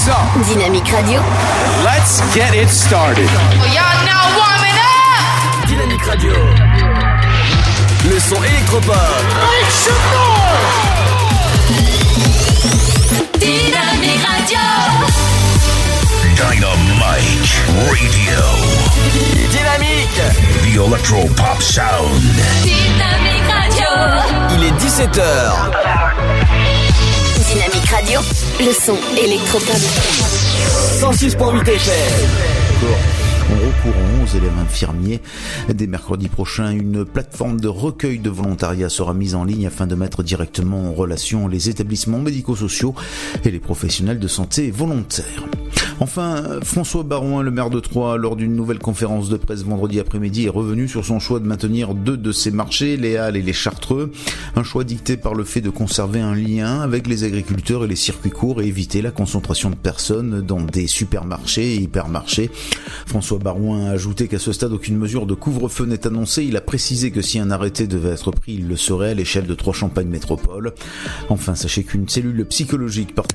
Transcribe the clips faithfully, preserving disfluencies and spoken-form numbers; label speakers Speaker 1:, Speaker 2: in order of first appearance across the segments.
Speaker 1: So,
Speaker 2: Dynamique Radio.
Speaker 1: Let's get it started.
Speaker 3: Well, y'all now warming up.
Speaker 4: Dynamique Radio. Le son électropop.
Speaker 3: Make some noise.
Speaker 2: Dynamique Radio.
Speaker 5: Dynamite Radio.
Speaker 4: Dynamique.
Speaker 5: The Electropop Sound.
Speaker 2: Dynamique Radio.
Speaker 4: Il est dix-sept heures.
Speaker 2: Dynamique Radio, le son électropop.
Speaker 4: cent six virgule huit F M.
Speaker 6: On recourant aux élèves infirmiers. Dès mercredi prochain, une plateforme de recueil de volontariat sera mise en ligne afin de mettre directement en relation les établissements médico-sociaux et les professionnels de santé volontaires. Enfin, François Barouin, le maire de Troyes, lors d'une nouvelle conférence de presse vendredi après-midi, est revenu sur son choix de maintenir deux de ses marchés, les Halles et les Chartreux. Un choix dicté par le fait de conserver un lien avec les agriculteurs et les circuits courts et éviter la concentration de personnes dans des supermarchés et hypermarchés. François Barouin a ajouté qu'à ce stade, aucune mesure de couvre-feu n'est annoncée. Il a précisé que si un arrêté devait être pris, il le serait à l'échelle de Troyes-Champagne Métropole. Enfin, sachez qu'une cellule psychologique par...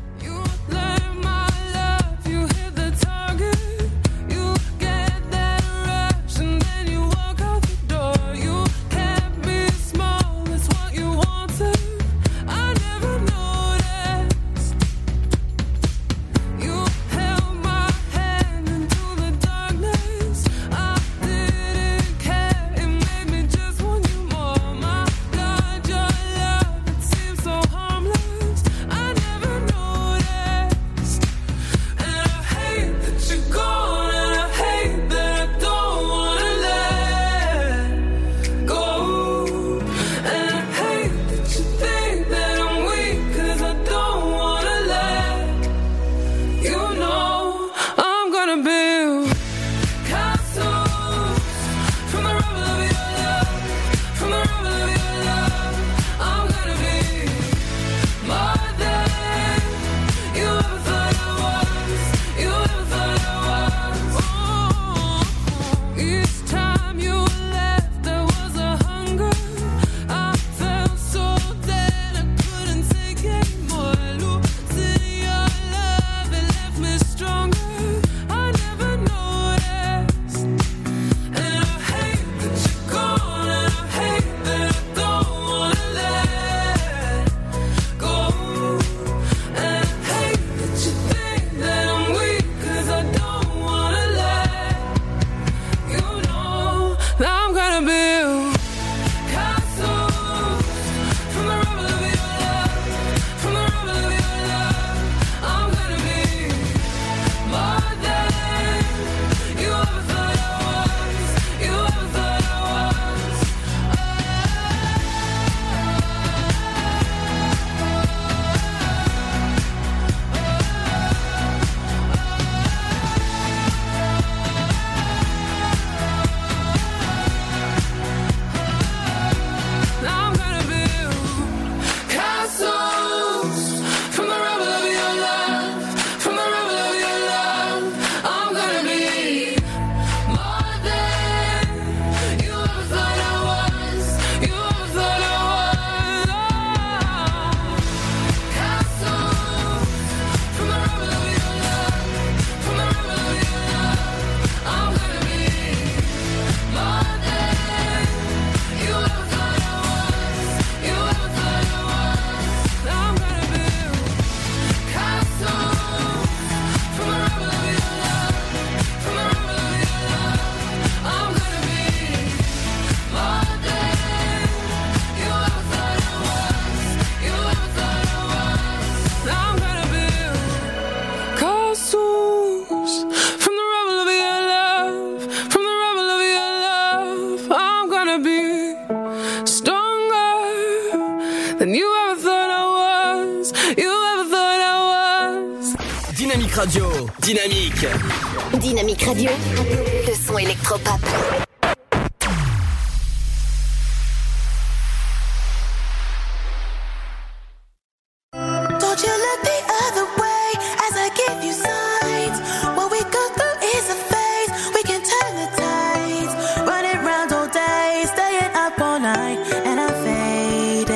Speaker 4: Radio. Dynamique.
Speaker 2: Dynamique Radio. Le son électropop.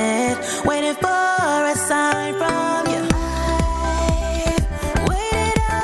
Speaker 7: Waiting for a sign from you. I've waited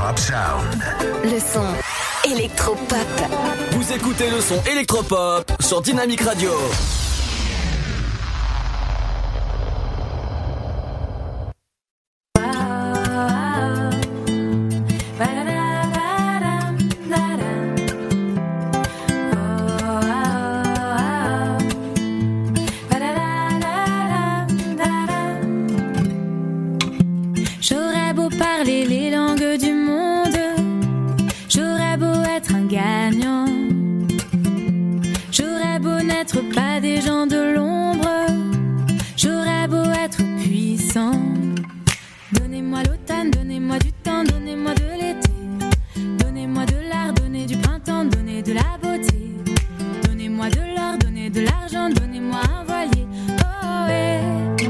Speaker 5: Electropop Sound.
Speaker 2: Le son électropop.
Speaker 4: Vous écoutez le son électropop sur Dynamique Radio.
Speaker 7: J'aurais beau parler les langues du monde, j'aurais beau être un gagnant, j'aurais beau n'être pas des gens de l'ombre, j'aurais beau être puissant. Donnez-moi l'automne, donnez-moi du temps, donnez-moi de l'été, donnez-moi de l'art, donnez du printemps, donnez de la beauté, donnez-moi de l'or, donnez de l'argent, donnez-moi un voilier. Oh ouais.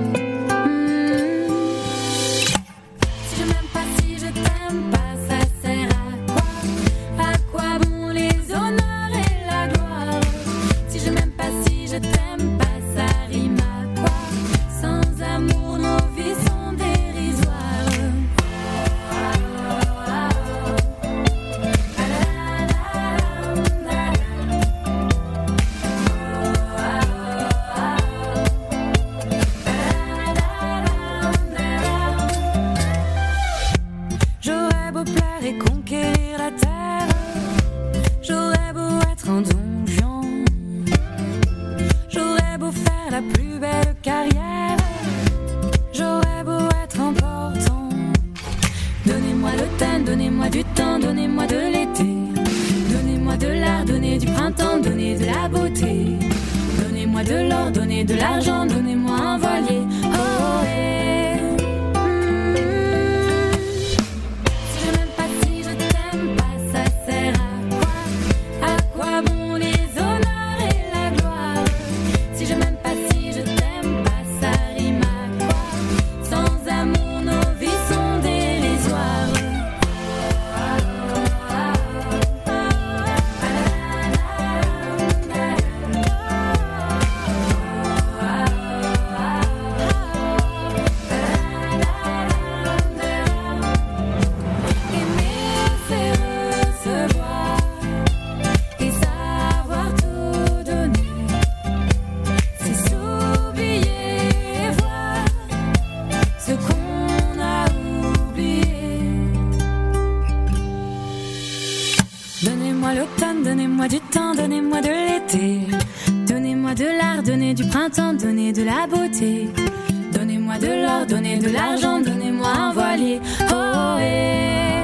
Speaker 7: Donnez de la beauté, donnez-moi de l'or, donnez de l'argent, donnez-moi un voilier. Oh, eh,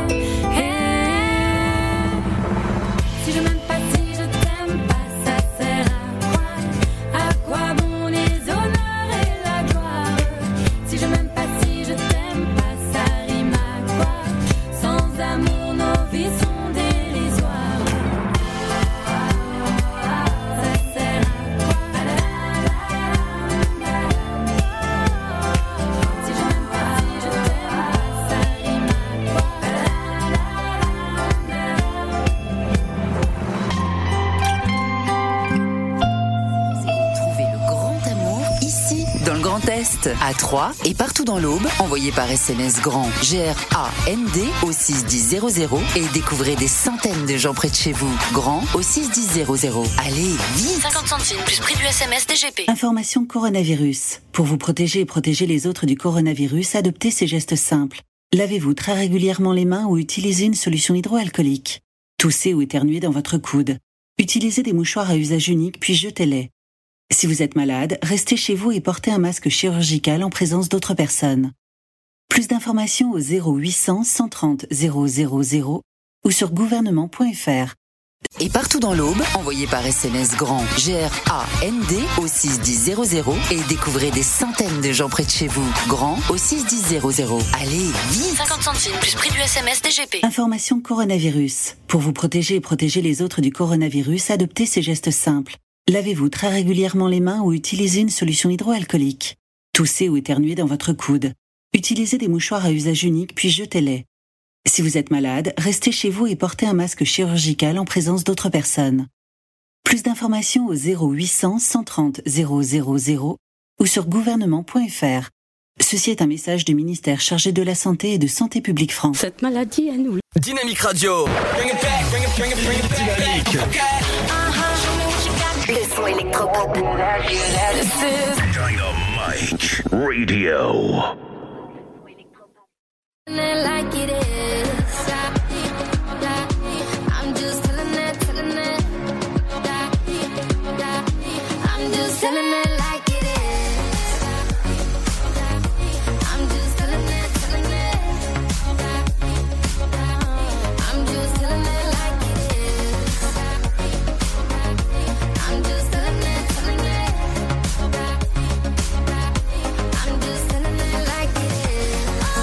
Speaker 7: eh. Si je m'aime pas, si je t'aime pas, ça sert à quoi? À quoi bon les honneurs et la gloire? Si je m'aime pas, si je t'aime pas, ça rime à quoi? Sans amour, nos vies sont dérisoires. Ça sert à quoi?
Speaker 8: Est, à Troyes et partout dans l'Aube, envoyez par S M S grand G R A N D au six dix zéro zéro et découvrez des centaines de gens près de chez vous. Grand au six dix zéro zéro. Allez, vite!
Speaker 2: cinquante centimes plus prix du S M S D G P.
Speaker 9: Information coronavirus. Pour vous protéger et protéger les autres du coronavirus, adoptez ces gestes simples. Lavez-vous très régulièrement les mains ou utilisez une solution hydroalcoolique. Toussez ou éternuez dans votre coude. Utilisez des mouchoirs à usage unique puis jetez-les. Si vous êtes malade, restez chez vous et portez un masque chirurgical en présence d'autres personnes. Plus d'informations au zéro huit cents cent trente zéro zéro zéro ou sur gouvernement point f r.
Speaker 8: Et partout dans l'Aube, envoyez par S M S grand G R A N D au six dix zéro zéro et découvrez des centaines de gens près de chez vous. Grand au six dix zéro zéro. Allez, vite!
Speaker 2: cinquante centimes plus prix du S M S D G P.
Speaker 9: Information coronavirus. Pour vous protéger et protéger les autres du coronavirus, adoptez ces gestes simples. Lavez-vous très régulièrement les mains ou utilisez une solution hydroalcoolique. Toussez ou éternuez dans votre coude. Utilisez des mouchoirs à usage unique puis jetez-les. Si vous êtes malade, restez chez vous et portez un masque chirurgical en présence d'autres personnes. Plus d'informations au zéro huit cents cent trente zéro zéro zéro ou sur gouvernement point f r. Ceci est un message du ministère chargé de la Santé et de Santé publique France.
Speaker 10: Cette maladie à nous.
Speaker 4: Dynamique Radio. Bring it back, bring it, bring it, bring it back. Dynamique.
Speaker 2: Le son électropop.
Speaker 5: Dynamique Radio.
Speaker 7: Like it is. I'm just telling it, telling it. I'm just telling it like it is. I'm just telling it, telling it. I'm just telling it like it is. I'm just telling it, telling it. I'm just telling it like it is.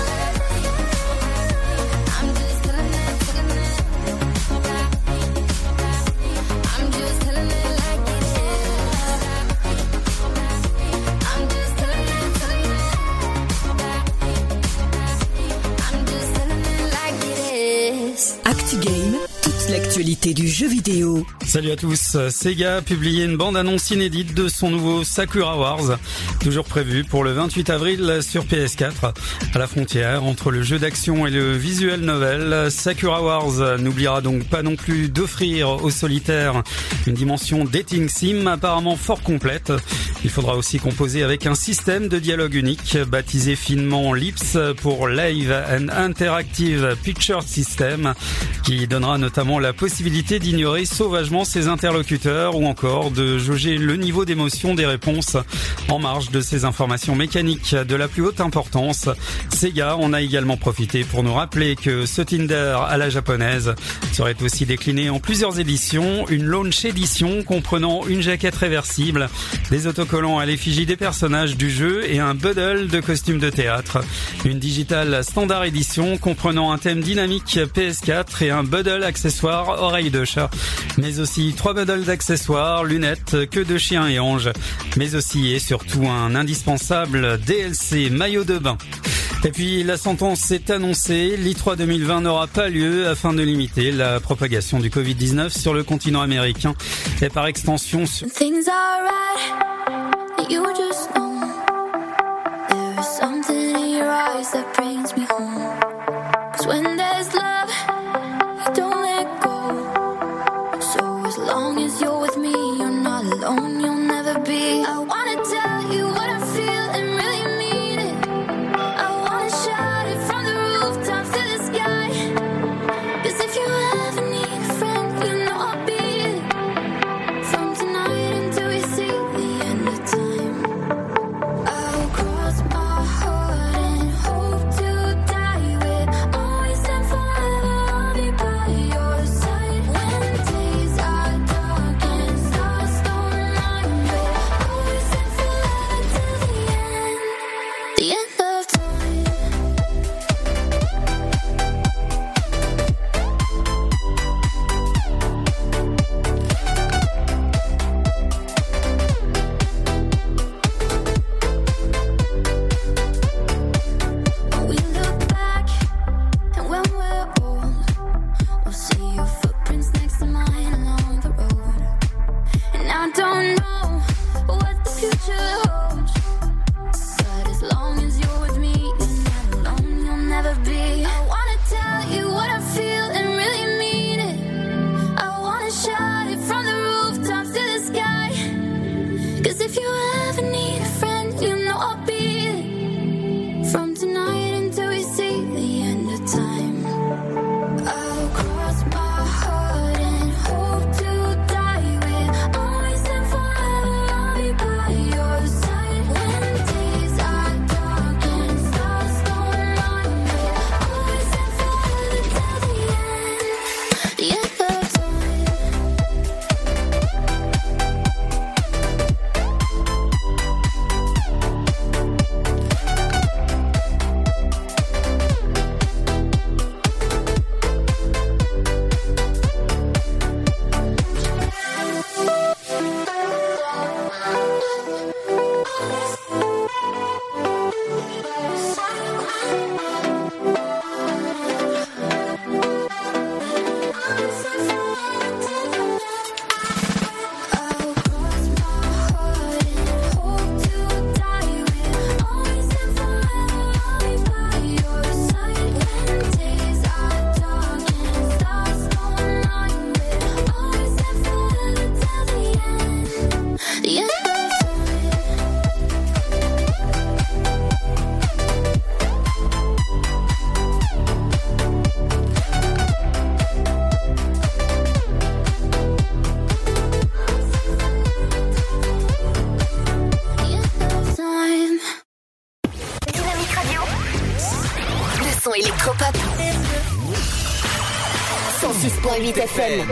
Speaker 7: I'm just telling it, telling it. I'm just telling it like it is. I'm just telling it, telling it. I'm just telling it like it is.
Speaker 11: ActuGame, toute l'actualité du jeu vidéo.
Speaker 12: Salut à tous, Sega a publié une bande-annonce inédite de son nouveau Sakura Wars, toujours prévu pour le vingt-huit avril sur P S quatre. À la frontière entre le jeu d'action et le visual novel, Sakura Wars n'oubliera donc pas non plus d'offrir aux solitaires une dimension dating sim apparemment fort complète. Il faudra aussi composer avec un système de dialogue unique, baptisé finement Lips pour Live and Interactive Picture System, qui donnera notamment la possibilité d'ignorer sauvagement ses interlocuteurs ou encore de jauger le niveau d'émotion des réponses en marge de ces informations mécaniques de la plus haute importance. Sega en a également profité pour nous rappeler que ce Tinder à la japonaise serait aussi décliné en plusieurs éditions, une launch édition comprenant une jaquette réversible, des autocollants à l'effigie des personnages du jeu et un bundle de costumes de théâtre, une digitale standard édition comprenant un thème dynamique P S quatre et un bundle accessoire oreille de chat, mais aussi trois bundles d'accessoires, lunettes, queue de chien et ange, mais aussi et surtout un indispensable D L C maillot de bain. Et puis la sentence est annoncée, l'E trois deux mille vingt n'aura pas lieu afin de limiter la propagation du covid dix-neuf sur le continent américain et par extension sur...
Speaker 7: Things are right, you just know. There is something in your eyes that brings me home. 'Cause when there's love, you don't let go. So as long as you're with me, you're not alone, you'll never be. I wanna tell you what I feel and really mean it. I wanna shout it from the rooftops to the sky. 'Cause if you ever need a friend, you know I'll be it. From tonight until we see the end of time, I'll cross my heart and hope to die with. Always and forever I'll be by your side. When days are dark and stars don't align, you'll always
Speaker 2: point huit F M.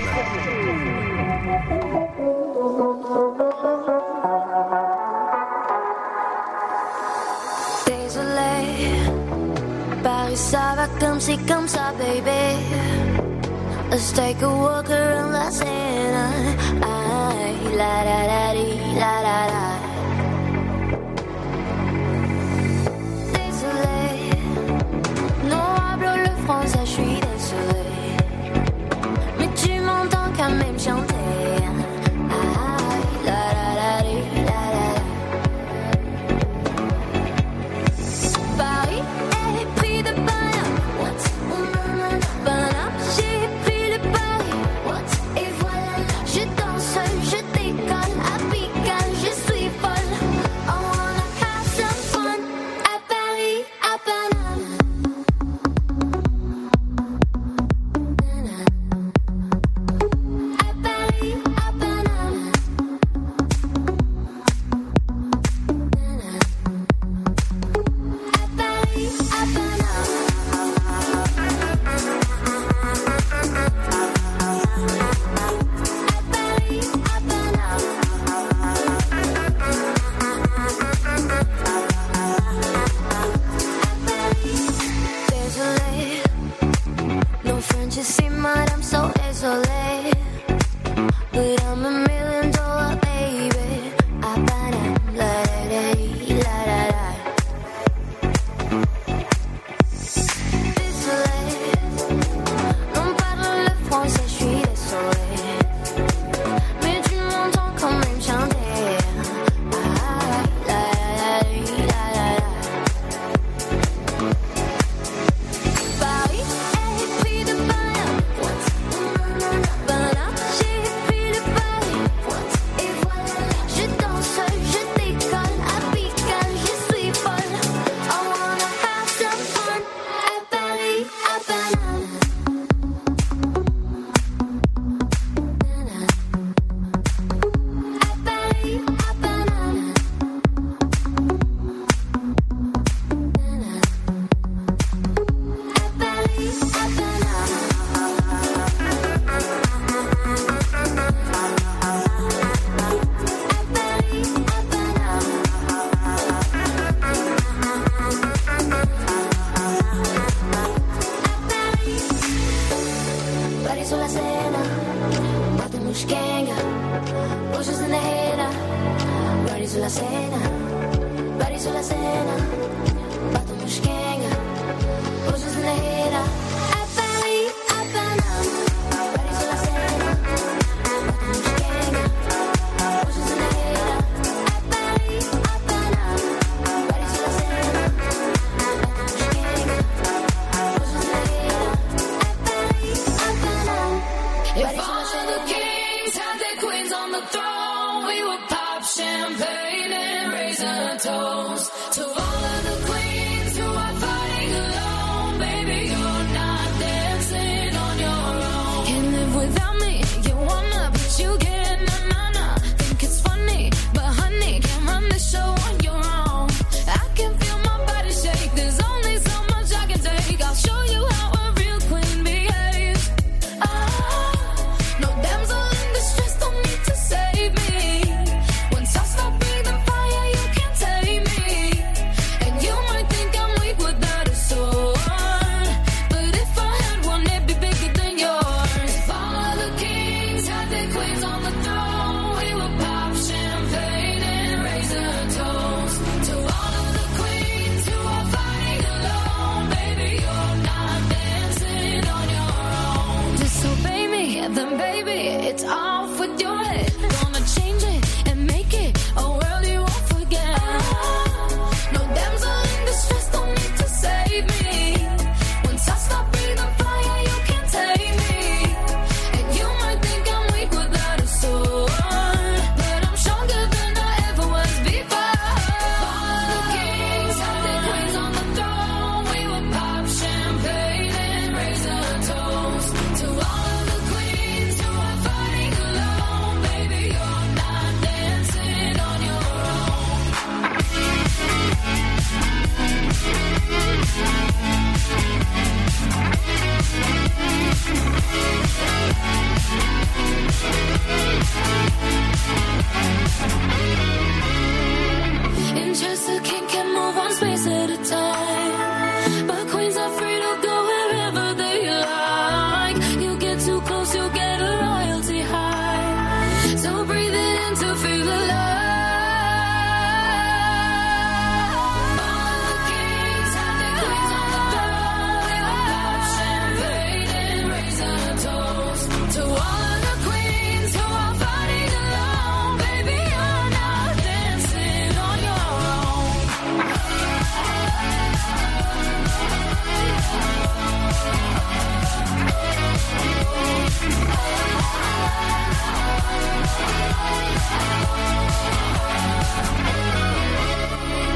Speaker 10: Paris, ça va comme c'est comme ça, baby. Let's take a walk around la Seine. Ay, la la la di, la la la. Désolé, non hablo le français, je suis désolé. Mais tu m'entends quand même chanter. Ay, la la la di, la la la. Paris est pris de banane. Banane, j'ai pris le pari. Et voilà, je danse, je décolle, à Pigalle, je suis folle. I wanna have some fun à Paris, à Paname. À Paris, à Paname. À Paris, à Paname. Désolé, no French is in mud, I'm so désolé. But I'm a million dollar baby. I buy them, la la la la la. Désolé, non parle le français, je suis désolé. Mais tu m'entends quand même chanter. Ah, la la la la la. Paris est pris de banane. Banane, j'ai pris le pari. Et voilà, je danse, je décolle, à Pigalle, je suis folle. I wanna have some fun à Paris, à Paname. À Paris, à Paname. À Paris, à Paname. À Paris, à Paname. Paris sulla Sena, battono skenga, voces in the head. Paris sulla Sena, Paris sulla Sena, battono skenga, voces in the head. A Paris, a Paname. Paris sulla Sena, battono skenga, voces in the head. A Paris, a Paname. Paris sulla Sena, battono skenga, voces in the head. A Paname.
Speaker 3: If all the kings had their queens on the throne, we would pop champagne and raise a toast to all of the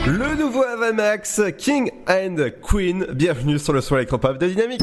Speaker 13: Le nouveau Avamax, King and Queen, bienvenue sur le son électropop de Dynamique.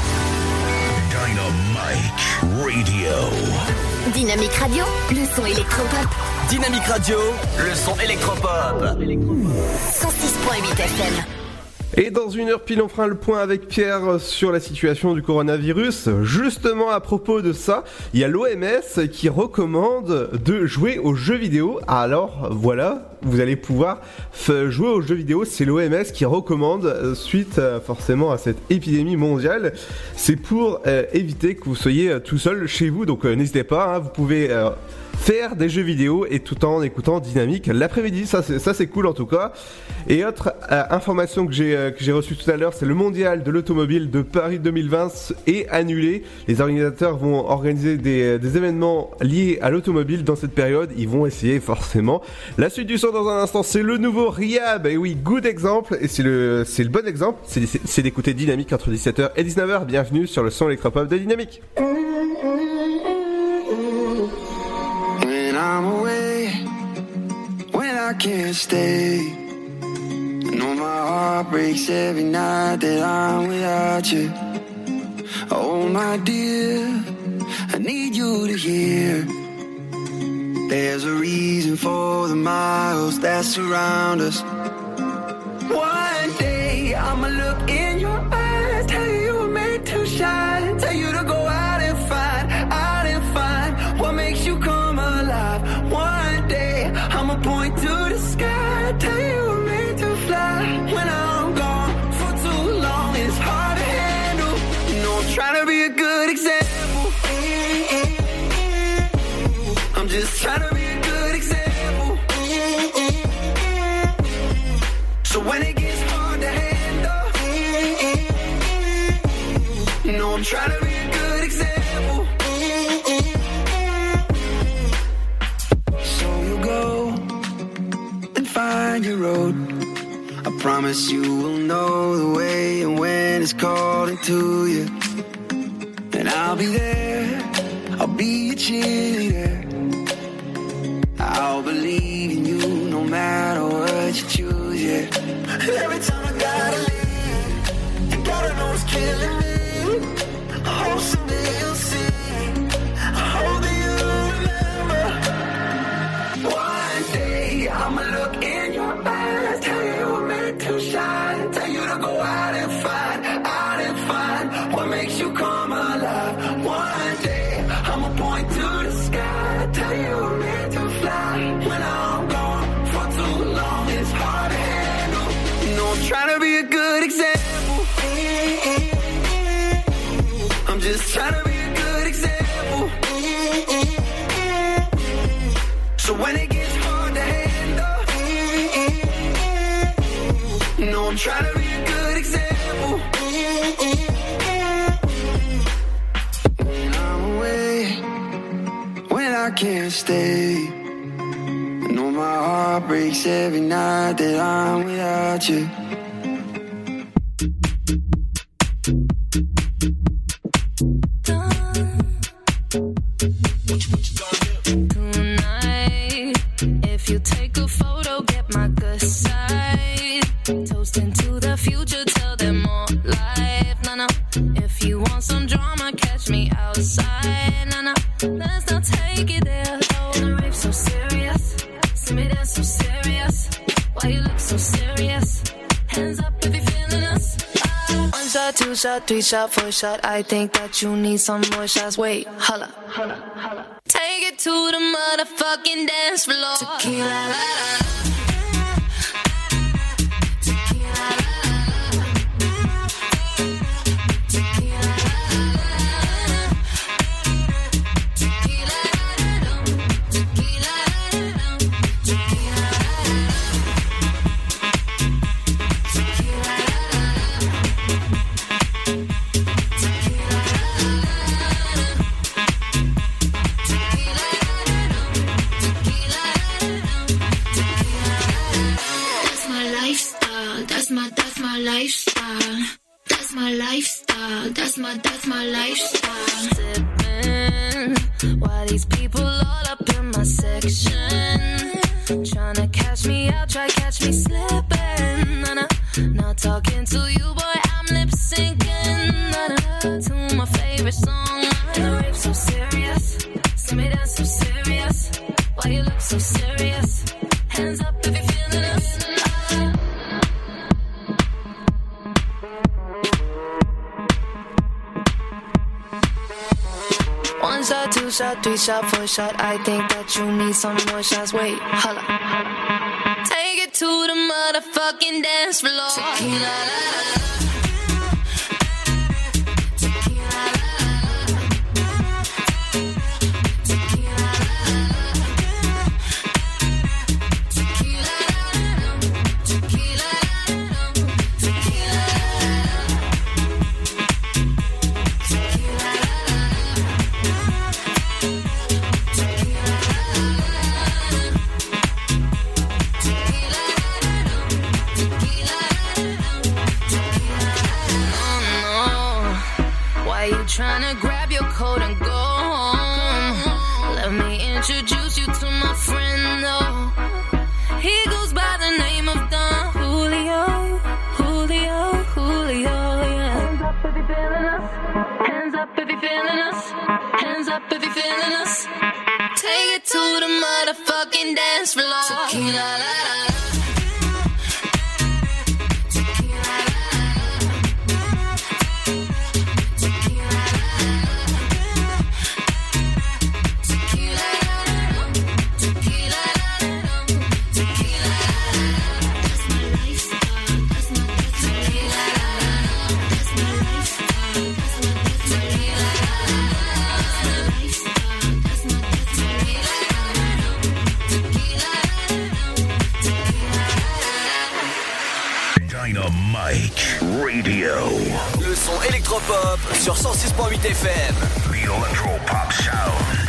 Speaker 5: Dynamique Radio.
Speaker 2: Dynamique Radio, le son électropop.
Speaker 4: Dynamique Radio, le son électropop.
Speaker 2: cent six virgule huit F M.
Speaker 13: Et dans une heure pile, on fera le point avec Pierre sur la situation du coronavirus. Justement, à propos de ça, il y a l'O M S qui recommande de jouer aux jeux vidéo. Alors, voilà, vous allez pouvoir f- jouer aux jeux vidéo. C'est l'O M S qui recommande, suite euh, forcément à cette épidémie mondiale. C'est pour euh, éviter que vous soyez euh, tout seul chez vous. Donc, euh, n'hésitez pas, hein, vous pouvez... Euh, faire des jeux vidéo et tout en écoutant Dynamique l'après-midi, ça c'est, ça c'est cool en tout cas. Et autre euh, information que j'ai, euh, que j'ai reçue tout à l'heure, c'est le mondial de l'automobile de Paris deux mille vingt est annulé. Les organisateurs vont organiser des, des événements liés à l'automobile dans cette période, ils vont essayer forcément. La suite du son dans un instant, c'est le nouveau Rehab, et oui, good exemple, et c'est le, c'est le bon exemple, c'est, c'est, c'est d'écouter Dynamique entre dix-sept heures et dix-neuf heures. Bienvenue sur le son électropop de Dynamique.
Speaker 14: When I'm away, when I can't stay, I know my heart breaks every night that I'm without you. Oh my dear, I need you to hear, there's a reason for the miles that surround us. One day I'ma look in your eyes, tell you you were made to shine, tell you to go out and find, out and find what makes you come alive. One day I'ma point to the sky, tell you we're made to fly. When I'm gone for too long, it's hard to handle. You know I'm trying to be a good example. I'm just trying to be a good example. So when it gets hard to handle, you know I'm trying to be a good example. Find your road. I promise you will know the way and when it's calling to you. And I'll be there, I'll be your cheerleader. I'll believe in you no matter what you choose, yeah. And every time I gotta leave, you gotta know it's killing me. I hope someday you'll see, I hope that you'll remember. One day I'ma look in your eyes, tell you you were meant to shine, tell you to go out and find, out and find what makes you come alive. One day I'ma point to the sky, tell you you were meant to fly. When I'm gone for too long, it's hard to handle. You know I'm trying to be a good example. I'm just trying to be a good example. So when it gets hard to handle, you know I'm trying to be a good example. When I'm away, when I can't stay, I know my heart breaks every night that I'm without you.
Speaker 3: Two shot, three shot, four shot. I think that you need some more shots. Wait, holla. Take it to the motherfucking dance floor. Tequila, la, la, la.
Speaker 7: Lifestyle. That's my lifestyle. That's my, that's my lifestyle. Sipping while these people all up in my section, trying to catch me out, try catch me slipping.
Speaker 3: you look so serious? Hands up if you're feeling us. One shot, two shot, three shot, four shot. I think that you need some more shots. Wait, holla. Take it to the motherfucking dance floor. Tequila, la, la, la. Tryna grab your coat and go home. Let me introduce you to my friend though. He goes by the name of Don Julio. Julio, Julio, yeah. Hands up if you're feeling us. Hands up if you're feeling us. Hands up if you're feeling us. Take it to the motherfucking dance floor. Tequila, la, la, la.
Speaker 5: Radio.
Speaker 4: Le son électropop sur cent six point huit F M.
Speaker 5: The Electropop Sound.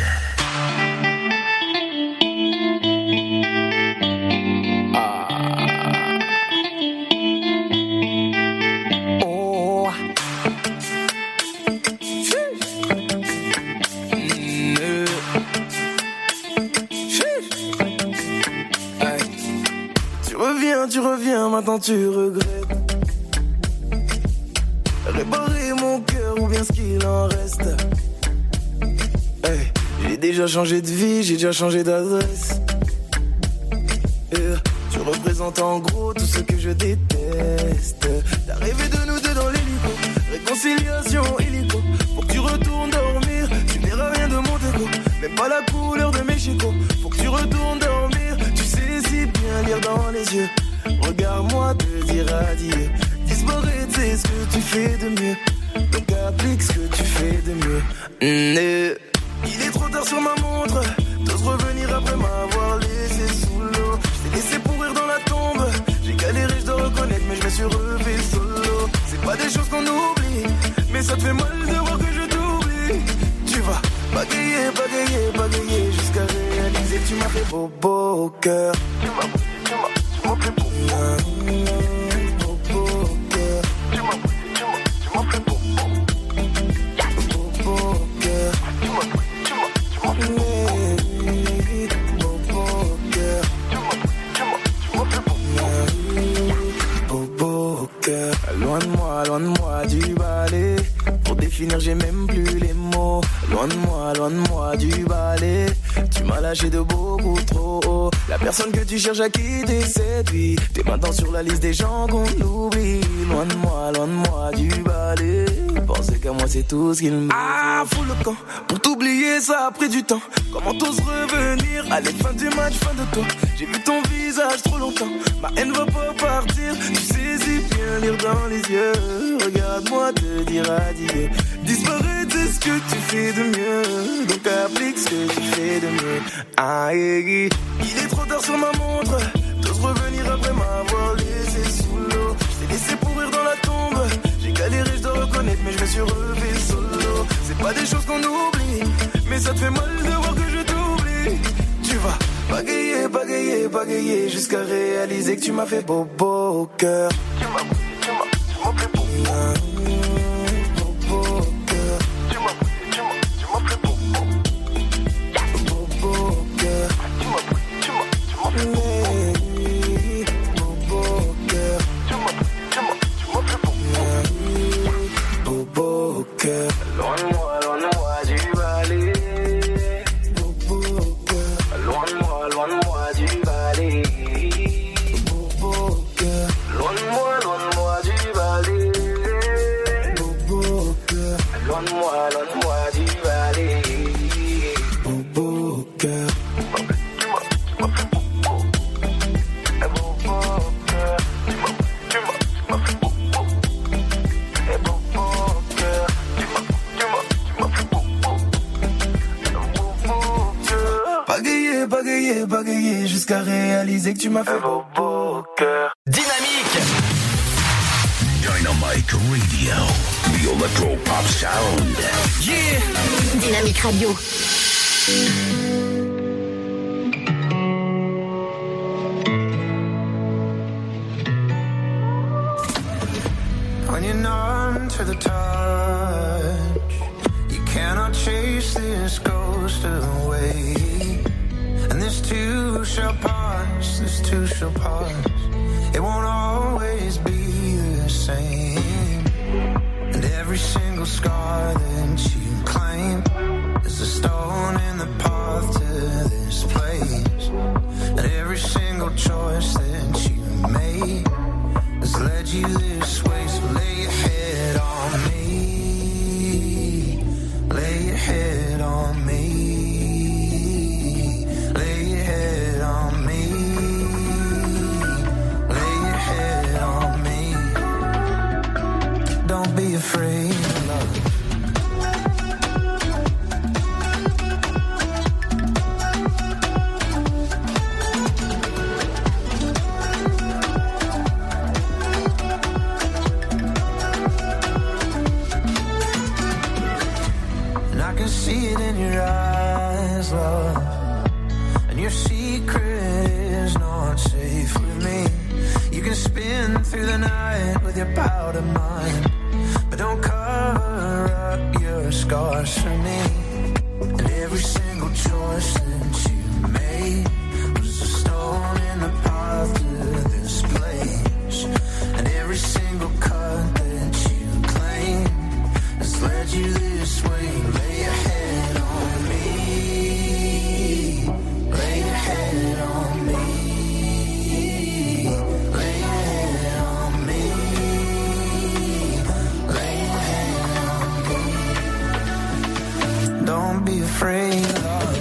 Speaker 15: Tu reviens, tu reviens, maintenant tu regrettes. Réparer mon cœur ou bien ce qu'il en reste. Hey, j'ai déjà changé de vie, j'ai déjà changé d'adresse. Yeah, tu représentes en gros tout ce que je déteste. T'as rêvé de nous deux dans l'hélico, réconciliation illico. Faut que tu retournes dormir, tu verras rien de mon déco. Même pas la couleur de mes chicots. Faut que tu retournes dormir, tu sais si bien lire dans les yeux. Regarde-moi te dire adieu. Disparaître, c'est ce que tu fais de mieux. Donc applique ce que tu fais de mieux. Mmh. Il est trop tard sur ma montre. T'oses revenir après m'avoir laissé sous l'eau. Je t'ai laissé pourrir dans la tombe. J'ai galéré, je dois reconnaître, mais je me suis relevé solo. C'est pas des choses qu'on oublie, mais ça te fait mal de voir que je t'oublie. Tu vas bagayer, bagayer, bagayer jusqu'à réaliser que tu m'as fait beau, beau au cœur. Tu m'as, tu m'as, tu m'as fait beau. Loin de moi, loin de moi du balai. Pour définir j'ai même plus les mots. Loin de moi, loin de moi du balai. Tu m'as lâché de beaucoup trop haut. La personne que tu cherches à quitter séduit. T'es maintenant sur la liste des gens qu'on oublie. Loin de moi, loin de moi du balai. Penser qu'à moi c'est tout ce qu'il me. Ah, fous le camp. Pour t'oublier ça a pris du temps. Comment t'oses revenir? Allez, fin du match, fin de toi. J'ai vu ton visage trop longtemps. Ma haine va pas partir. Tu sais si bien lire dans les yeux. Regarde-moi te dire adieu. Disparaître c'est ce que tu fais de mieux. Donc applique ce que tu fais de mieux. Aïe, il est trop tard sur ma montre. T'oses revenir après m'avoir laissé sous l'eau. Je t'ai laissé pourrir dans la tombe. J'ai galéré, je dois reconnaître, mais je me suis relevé solo. C'est pas des choses qu'on oublie, mais ça te fait mal de voir que je t'oublie. Tu vas bagayer, bagayer, bagayer jusqu'à réaliser que tu m'as fait beau, beau au cœur. Tu m'as, tu m'as, tu m'as fait beau. Loin de moi, loin de moi du balai. Loin de moi, du balai. Bobo cœur. Loin de moi, loin de moi du balai. Bobo cœur. Loin de moi, loin de moi du balai. Bobo cœur. Bagayer, bagayer, jusqu'à réaliser que tu m'as fait beau, beau cœur.
Speaker 4: Dynamique
Speaker 5: Dynamic Radio, the electro pop sound.
Speaker 4: Yeah
Speaker 2: Dynamique Radio.
Speaker 15: When you're numb to the touch, you cannot chase this ghost away. And this too shall pass, this too shall pass. It won't always be the same. And every single scar that you claim is a stone in the path to this place. And every single choice that you made has led you this way. So lay your head on me, lay your head on me. Don't be afraid of love. And I can see it in your eyes, love. And your secret is not safe with me. You can spin through the night with your powder mind, but don't cover up your scars for me. And every single choice that you made was a stone in the path to this place. And every single cut that you claim has led you this way. Lay your head on me, lay your head on me. Don't be afraid of love.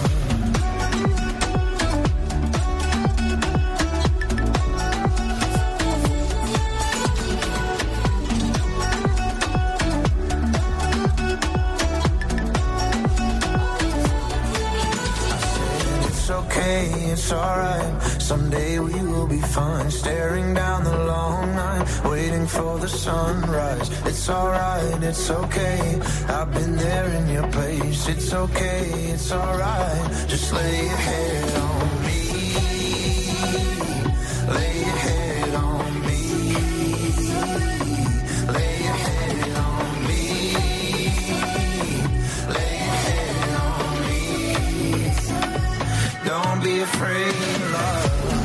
Speaker 15: It's okay, it's alright. Someday we will be fine. Staring down the long night, waiting for the sunrise. It's alright, it's okay. I've been there in your place. It's okay, it's alright. Just lay your head on me. Lay your head on me. Lay your head on me. Lay your head on me. Don't be afraid of love.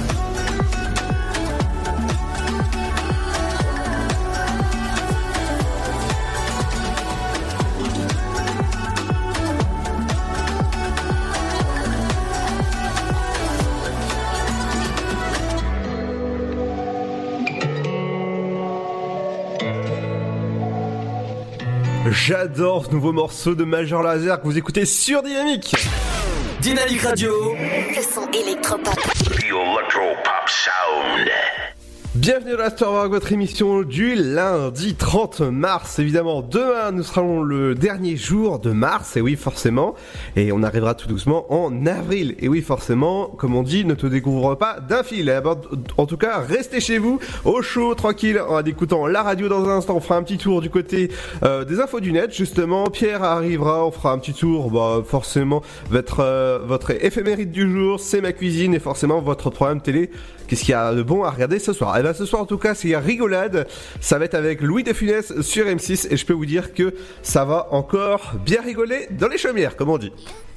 Speaker 13: J'adore ce nouveau morceau de Major Lazer que vous écoutez sur Dynamique.
Speaker 4: Dynamique Radio.
Speaker 2: Le son électropop.
Speaker 5: The electro pop sound.
Speaker 13: Bienvenue dans l'Afterwork, votre émission du lundi trente mars. Évidemment, demain, nous serons le dernier jour de mars, et oui, forcément. Et on arrivera tout doucement en avril. Et oui, forcément, comme on dit, ne te découvre pas d'un fil. En tout cas, restez chez vous, au chaud, tranquille, en écoutant la radio dans un instant. On fera un petit tour du côté euh, des infos du net, justement. Pierre arrivera, on fera un petit tour, bah, forcément, votre, euh, votre éphéméride du jour, c'est ma cuisine, et forcément, votre programme télé. Qu'est-ce qu'il y a de bon à regarder ce soir? Eh ben, ce soir, en tout cas, c'est rigolade. Ça va être avec Louis de Funès sur M six, et je peux vous dire que ça va encore bien rigoler dans les chaumières, comme on dit.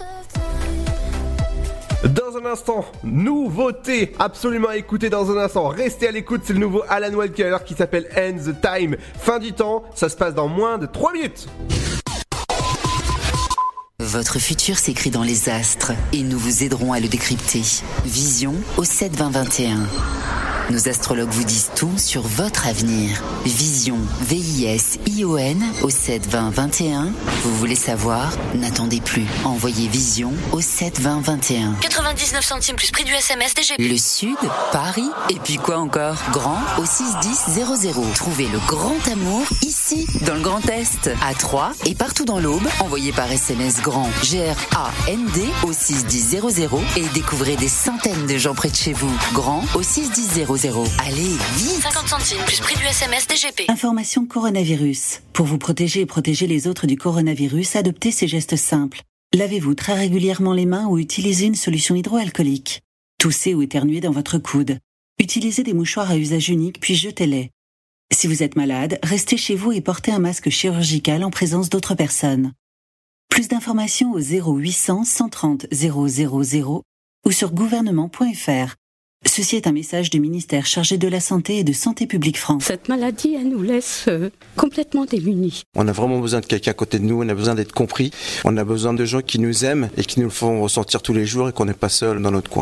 Speaker 13: Dans un instant, nouveauté absolument à écouter dans un instant. Restez à l'écoute, c'est le nouveau Alan Walker qui s'appelle End the Time. Fin du temps, ça se passe dans moins de trois minutes.
Speaker 8: Votre futur s'écrit dans les astres et nous vous aiderons à le décrypter. Vision au sept vingt vingt et un. Nos astrologues vous disent tout sur votre avenir. Vision, V I S I O N au sept vingt vingt et un. Vous voulez savoir? N'attendez plus. Envoyez Vision au sept vingt vingt et un.
Speaker 2: quatre-vingt-dix-neuf centimes plus prix du S M S D G P.
Speaker 8: Le Sud, Paris, et puis quoi encore? Grand au six dix zéro zéro. Trouvez le grand amour ici, dans le Grand Est, à Troyes et partout dans l'Aube. Envoyez par S M S grand G R A N D au six dix zéro zéro et découvrez des centaines de gens près de chez vous. Grand au six dix zéro zéro. Allez, vite!
Speaker 2: cinquante centimes plus prix du S M S D G P.
Speaker 9: Information coronavirus. Pour vous protéger et protéger les autres du coronavirus, adoptez ces gestes simples. Lavez-vous très régulièrement les mains ou utilisez une solution hydroalcoolique. Toussez ou éternuez dans votre coude. Utilisez des mouchoirs à usage unique puis jetez-les. Si vous êtes malade, restez chez vous et portez un masque chirurgical en présence d'autres personnes. Plus d'informations au zéro huit cents cent trente zéro zéro zéro ou sur gouvernement point f r. Ceci est un message du ministère chargé de la Santé et de Santé publique France.
Speaker 16: Cette maladie, elle nous laisse euh, complètement démunis.
Speaker 17: On a vraiment besoin de quelqu'un à côté de nous, on a besoin d'être compris, on a besoin de gens qui nous aiment et qui nous le font ressentir tous les jours et qu'on n'est pas seul dans notre coin.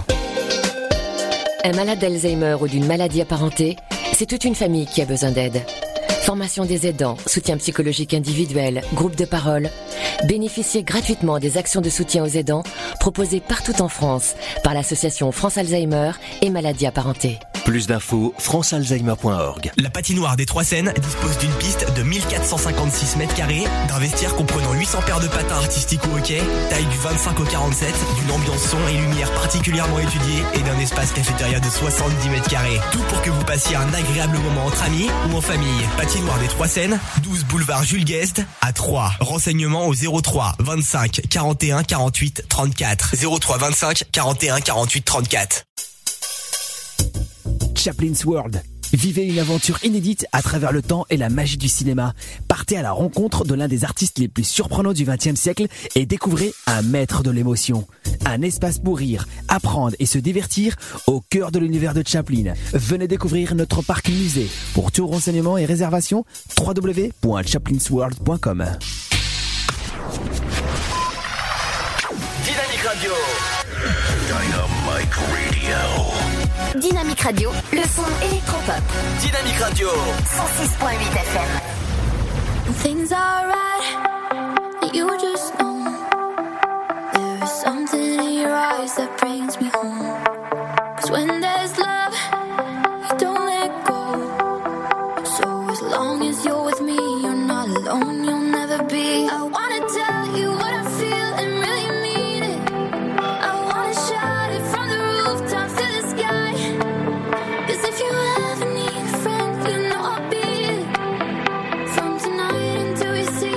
Speaker 18: Un malade d'Alzheimer ou d'une maladie apparentée, c'est toute une famille qui a besoin d'aide. Formation des aidants, soutien psychologique individuel, groupe de parole. Bénéficiez gratuitement des actions de soutien aux aidants proposées partout en France par l'association France Alzheimer et maladies apparentées.
Speaker 19: Plus d'infos, france alzheimer point org.
Speaker 20: La patinoire des Trois Seines dispose d'une piste de mille quatre cent cinquante-six mètres carrés, d'un vestiaire comprenant huit cents paires de patins artistiques au hockey, taille du vingt-cinq au quarante-sept, d'une ambiance son et lumière particulièrement étudiée et d'un espace cafétéria de soixante-dix mètres carrés. Tout pour que vous passiez un agréable moment entre amis ou en famille. Patinoire des Trois Seines, douze boulevard Jules Guest à Troyes. Renseignements au zéro trois vingt-cinq quarante et un quarante-huit trente-quatre. zéro trois vingt-cinq quarante et un quarante-huit trente-quatre.
Speaker 21: Chaplin's World. Vivez une aventure inédite à travers le temps et la magie du cinéma. Partez à la rencontre de l'un des artistes les plus surprenants du vingtième siècle et découvrez un maître de l'émotion. Un espace pour rire, apprendre et se divertir au cœur de l'univers de Chaplin. Venez découvrir notre parc musée. Pour tout renseignement et réservation, w w w point chaplins world point com.
Speaker 4: Dynamique Radio. Dynamique Radio.
Speaker 2: Dynamique Radio, le son électropop.
Speaker 4: Dynamique Radio.
Speaker 2: cent six point huit F M.
Speaker 7: Things are right, you just know. There is something in your eyes that brings me home. 'Cause when there's love, you don't let go. So as long as you're with me, you're not alone, you'll never be. I wanna tell you what I feel and really mean it. I wanna shout it from the rooftops to the sky. 'Cause if you ever need a friend, you know I'll be it. From tonight until we see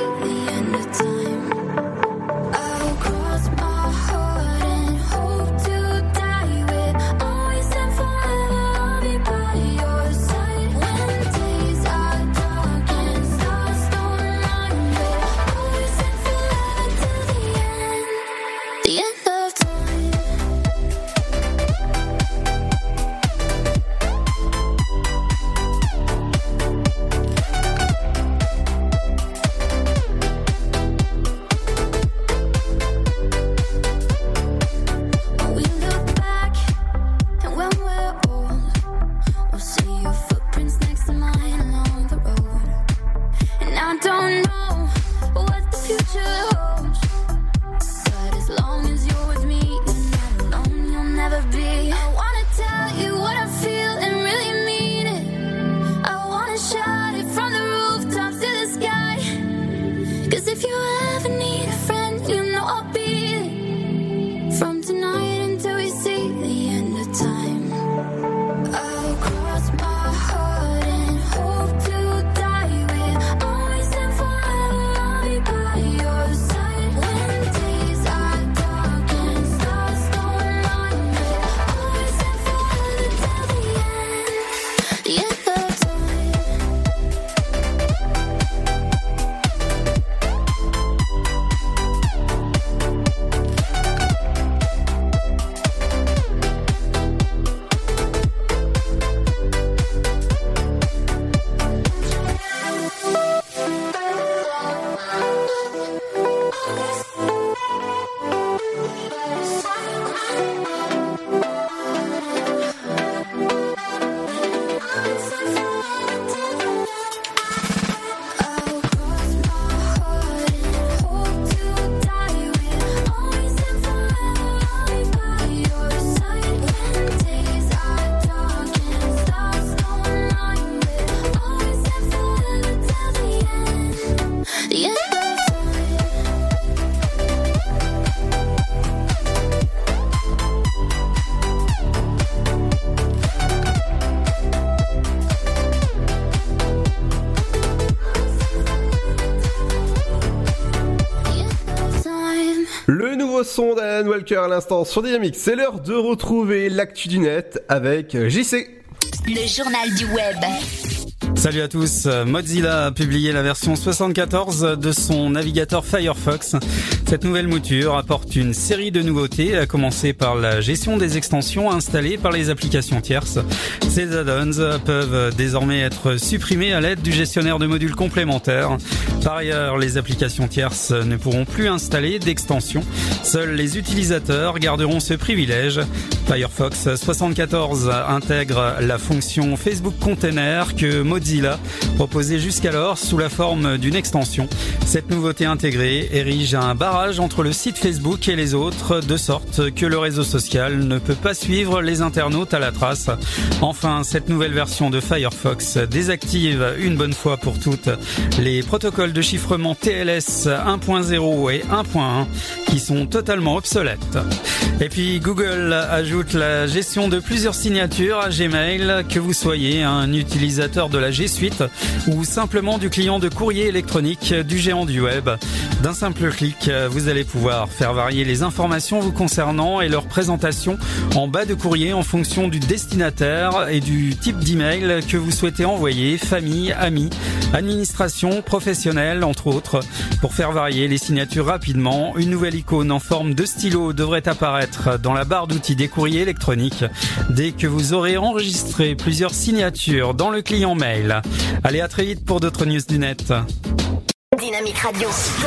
Speaker 13: son d'Alan Walker à l'instant sur Dynamique. C'est l'heure de retrouver l'actu du net avec J C.
Speaker 2: Le journal du web.
Speaker 12: Salut à tous. Mozilla a publié la version soixante-quatorze de son navigateur Firefox. Cette nouvelle mouture apporte une série de nouveautés, à commencer par la gestion des extensions installées par les applications tierces. Ces add-ons peuvent désormais être supprimés à l'aide du gestionnaire de modules complémentaires. Par ailleurs, les applications tierces ne pourront plus installer d'extensions. Seuls les utilisateurs garderont ce privilège. Firefox soixante-quatorze intègre la fonction Facebook Container que Mozilla proposait jusqu'alors sous la forme d'une extension. Cette nouveauté intégrée érige un barrage entre le site Facebook et les autres, de sorte que le réseau social ne peut pas suivre les internautes à la trace. Enfin, cette nouvelle version de Firefox désactive une bonne fois pour toutes les protocoles de chiffrement T L S un point zéro et un point un qui sont totalement obsolètes. Et puis Google ajoute la gestion de plusieurs signatures à Gmail, que vous soyez un utilisateur de la G Suite ou simplement du client de courrier électronique du géant du web. D'un simple clic, vous allez pouvoir faire varier les informations vous concernant et leur présentation en bas de courrier en fonction du destinataire et du type d'email que vous souhaitez envoyer, famille, amis, administration, professionnel, entre autres. Pour faire varier les signatures rapidement, une nouvelle icône en forme de stylo devrait apparaître dans la barre d'outils des courriers électroniques dès que vous aurez enregistré plusieurs signatures dans le client mail. Allez, à très vite pour d'autres news du net.
Speaker 2: Dynamique Radio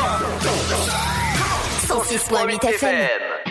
Speaker 2: cent six point huit F M.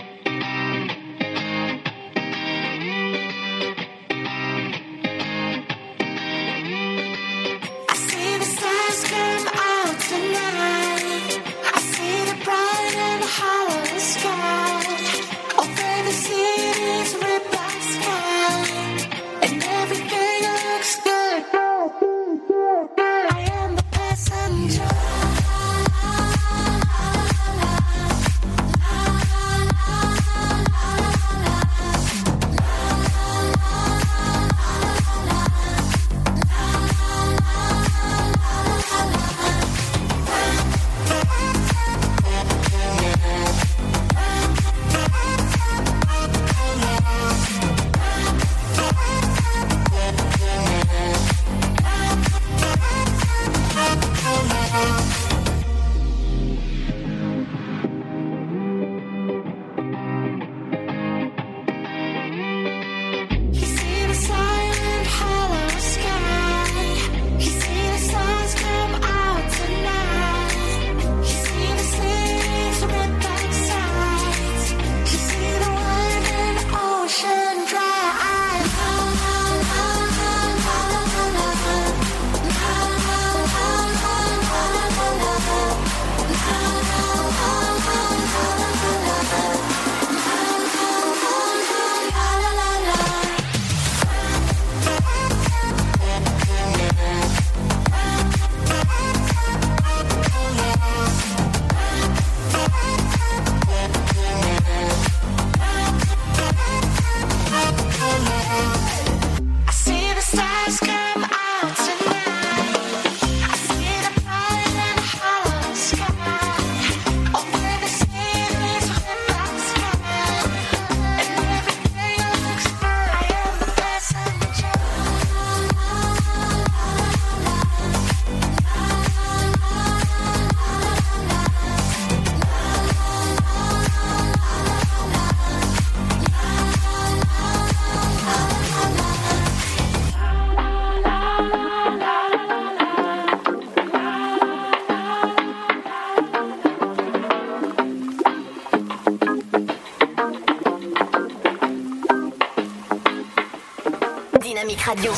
Speaker 2: Dynamique Radio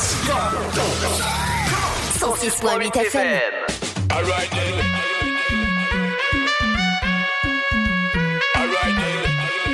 Speaker 2: cent six point huit F M.
Speaker 1: Alright then. Alright then.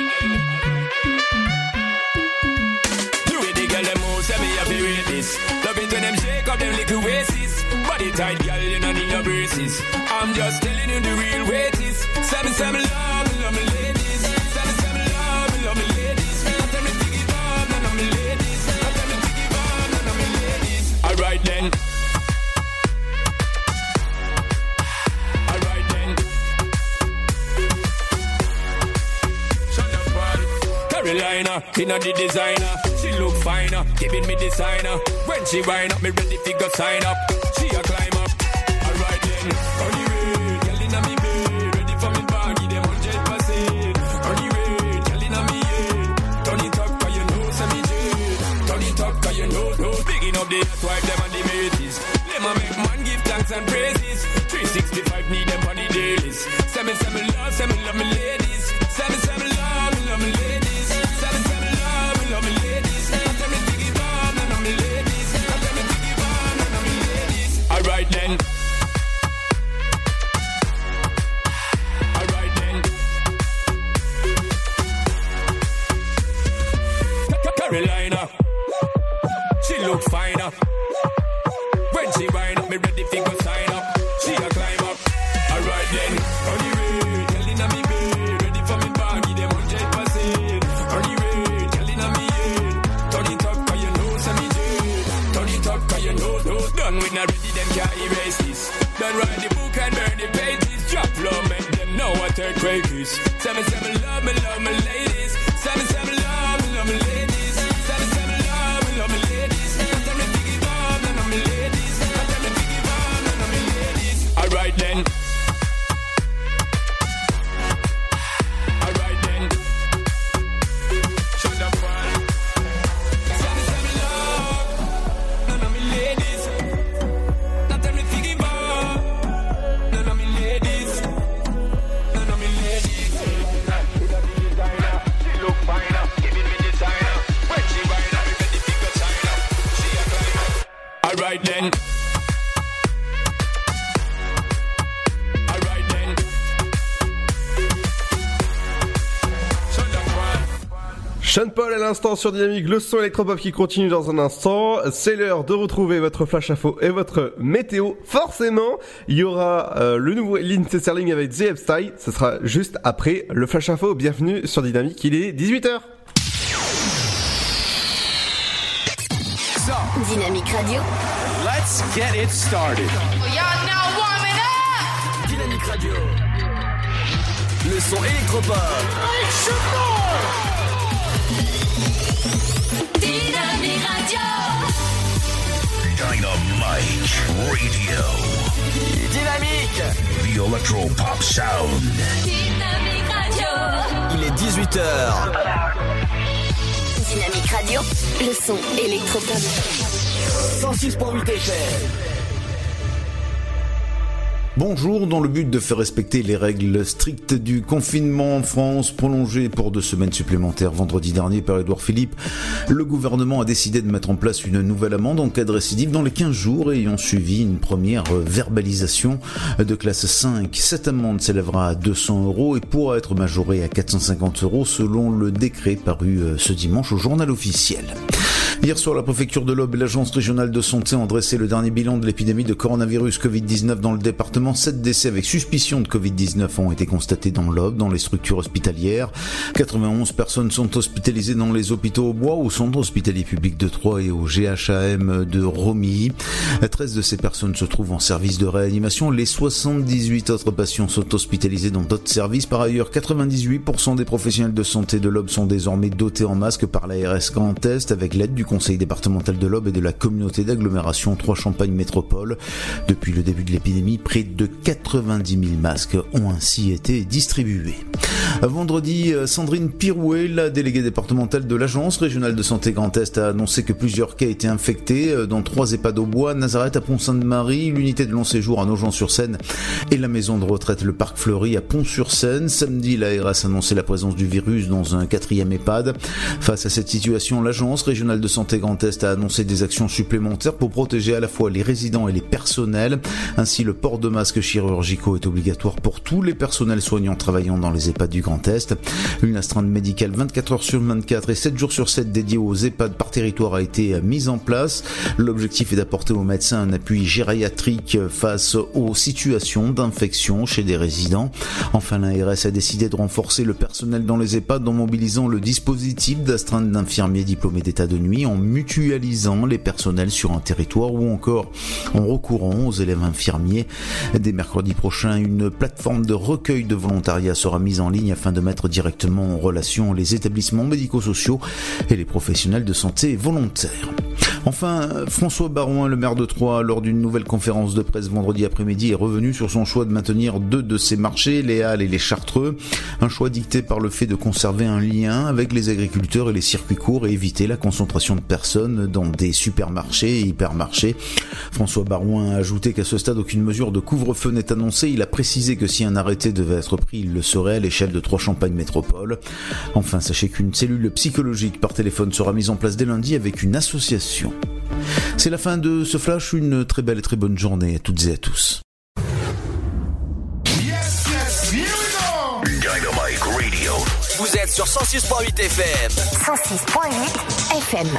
Speaker 1: The way the girl them move, say me have to rate this. Love it when them shake up them little waists. Body tight, girl, you don't need no braces. I'm just telling you the real way it is. Say me, say me love me, love me ladies. Say me, say me love me, love me ladies. Tell me to give up, none of me ladies. Tell me to give up, none of me ladies. Alright then. inna the designer. She look finer, giving me designer. When she wind up, me ready to go sign up. She a climb up. Alright then, on the way, girl inna me bed, ready for me body, them hundred percent. On the way, girl inna me head. Turn it up 'cause you know say me jet. Turn it up 'cause you know, know. Picking up the hot wife, them and the mateys. Them a make man give thanks and praises. three sixty-five need them on the dailies. Say me, say me love, say me love me ladies. Say me, say me love, me love me ladies. Say me, say me love, me love me ladies. Now tell me diggy bomb, none of me ladies. Now tell me diggy bomb, none of me ladies. Alright then. Alright then. Carolina, she look finer. When she wind up, me ready to go sign up. She a climb up. Alright then, on the way, girl inna me bed, ready for me baggy, them hundred percent. On the way, girl inna me head. Turn it up 'cause you know say me jet. Turn it up 'cause you know, know. Done with not ready, them can't erase this. Done write the book and burn the pages. Drop low, make them know what earthquake is. Say me, say me love me, love me ladies. Say me, say me love me, love me ladies. Say me, say me love me, love me ladies. Now tell me diggy bomb, none of me ladies. Now tell me diggy bomb, none of me ladies. Alright then. Alright then. Shut up, man. Say me, say me love none of me ladies. Now tell me diggy bomb, none of me ladies. None of me ladies. She look finer, giving me designer. When she wind up, me ready to go sign up. She a climb up. Alright then. Alright then. Shut up, man.
Speaker 13: Sean Paul à l'instant sur Dynamique, le son électropop qui continue dans un instant. C'est l'heure de retrouver votre flash info et votre météo. Forcément, il y aura euh, le nouveau Lindsey Sterling avec The Style. Ce sera juste après le flash info. Bienvenue sur Dynamique, il est dix-huit heures.
Speaker 2: Dynamique Radio.
Speaker 4: Let's get it started.
Speaker 3: Y'all now warming up.
Speaker 4: Dynamique Radio. Le son électropop.
Speaker 3: Dynamique Radio.
Speaker 5: Dynamite Radio.
Speaker 4: Dynamique.
Speaker 5: The Electro Pop Sound.
Speaker 3: Dynamique Radio.
Speaker 4: Il est dix-huit heures.
Speaker 2: Dynamique Radio, le son électropop.
Speaker 4: cent six virgule huit F M.
Speaker 6: Bonjour, dans le but de faire respecter les règles strictes du confinement en France, prolongé pour deux semaines supplémentaires vendredi dernier par Édouard Philippe, le gouvernement a décidé de mettre en place une nouvelle amende en cas de récidive dans les quinze jours ayant suivi une première verbalisation de classe cinq. Cette amende s'élèvera à deux cents euros et pourra être majorée à quatre cent cinquante euros selon le décret paru ce dimanche au journal officiel. Hier soir, la préfecture de l'Aube et l'agence régionale de santé ont dressé le dernier bilan de l'épidémie de coronavirus covid dix-neuf dans le département. Sept décès avec suspicion de covid dix-neuf ont été constatés dans l'Aube, dans les structures hospitalières. quatre-vingt-onze personnes sont hospitalisées dans les hôpitaux au Bois, au centre hospitalier public de Troyes et au G H A M de Romilly. treize de ces personnes se trouvent en service de réanimation. Les soixante-dix-huit autres patients sont hospitalisés dans d'autres services. Par ailleurs, quatre-vingt-dix-huit pour cent des professionnels de santé de l'Aube sont désormais dotés en masques par l'A R S Grand Est avec l'aide du conseil départemental de l'Aube et de la communauté d'agglomération Trois-Champagne Métropole. Depuis le début de l'épidémie, près de quatre-vingt-dix mille masques ont ainsi été distribués. Vendredi, Sandrine Pirouet, la déléguée départementale de l'agence régionale de santé Grand Est, a annoncé que plusieurs cas étaient infectés dans trois EHPAD au Bois, Nazareth à Pont-Sainte-Marie, l'unité de long séjour à Nogent-sur-Seine et la maison de retraite Le Parc Fleury à Pont-sur-Seine. Samedi, l'A R S a annoncé la présence du virus dans un quatrième EHPAD. Face à cette situation, l'agence régionale de santé Grand Est a annoncé des actions supplémentaires pour protéger à la fois les résidents et les personnels. Ainsi, le port de masques chirurgicaux est obligatoire pour tous les personnels soignants travaillant dans les EHPAD du Grand Est. Une astreinte médicale vingt-quatre heures sur vingt-quatre et sept jours sur sept dédiée aux EHPAD par territoire a été mise en place. L'objectif est d'apporter aux médecins un appui gériatrique face aux situations d'infection chez des résidents. Enfin, l'A R S a décidé de renforcer le personnel dans les EHPAD en mobilisant le dispositif d'astreinte d'infirmiers diplômés d'état de nuit. en mutualisant les personnels sur un territoire ou encore en recourant aux élèves infirmiers. Dès mercredi prochain, une plateforme de recueil de volontariat sera mise en ligne afin de mettre directement en relation les établissements médico-sociaux et les professionnels de santé volontaires. Enfin, François Barouin, le maire de Troyes, lors d'une nouvelle conférence de presse vendredi après-midi, est revenu sur son choix de maintenir deux de ses marchés, les Halles et les Chartreux. Un choix dicté par le fait de conserver un lien avec les agriculteurs et les circuits courts et éviter la concentration de personnes dans des supermarchés et hypermarchés. François Barouin a ajouté qu'à ce stade, aucune mesure de couvre-feu n'est annoncée. Il a précisé que si un arrêté devait être pris, il le serait à l'échelle de Troyes-Champagne Métropole. Enfin, sachez qu'une cellule psychologique par téléphone sera mise en place dès lundi avec une association. C'est la fin de ce flash, une très belle et très bonne journée à toutes et à tous.
Speaker 11: Yes, yes, here we go.
Speaker 4: Dynamite Radio. Vous êtes sur cent six point huit F M.
Speaker 2: cent six point huit F M.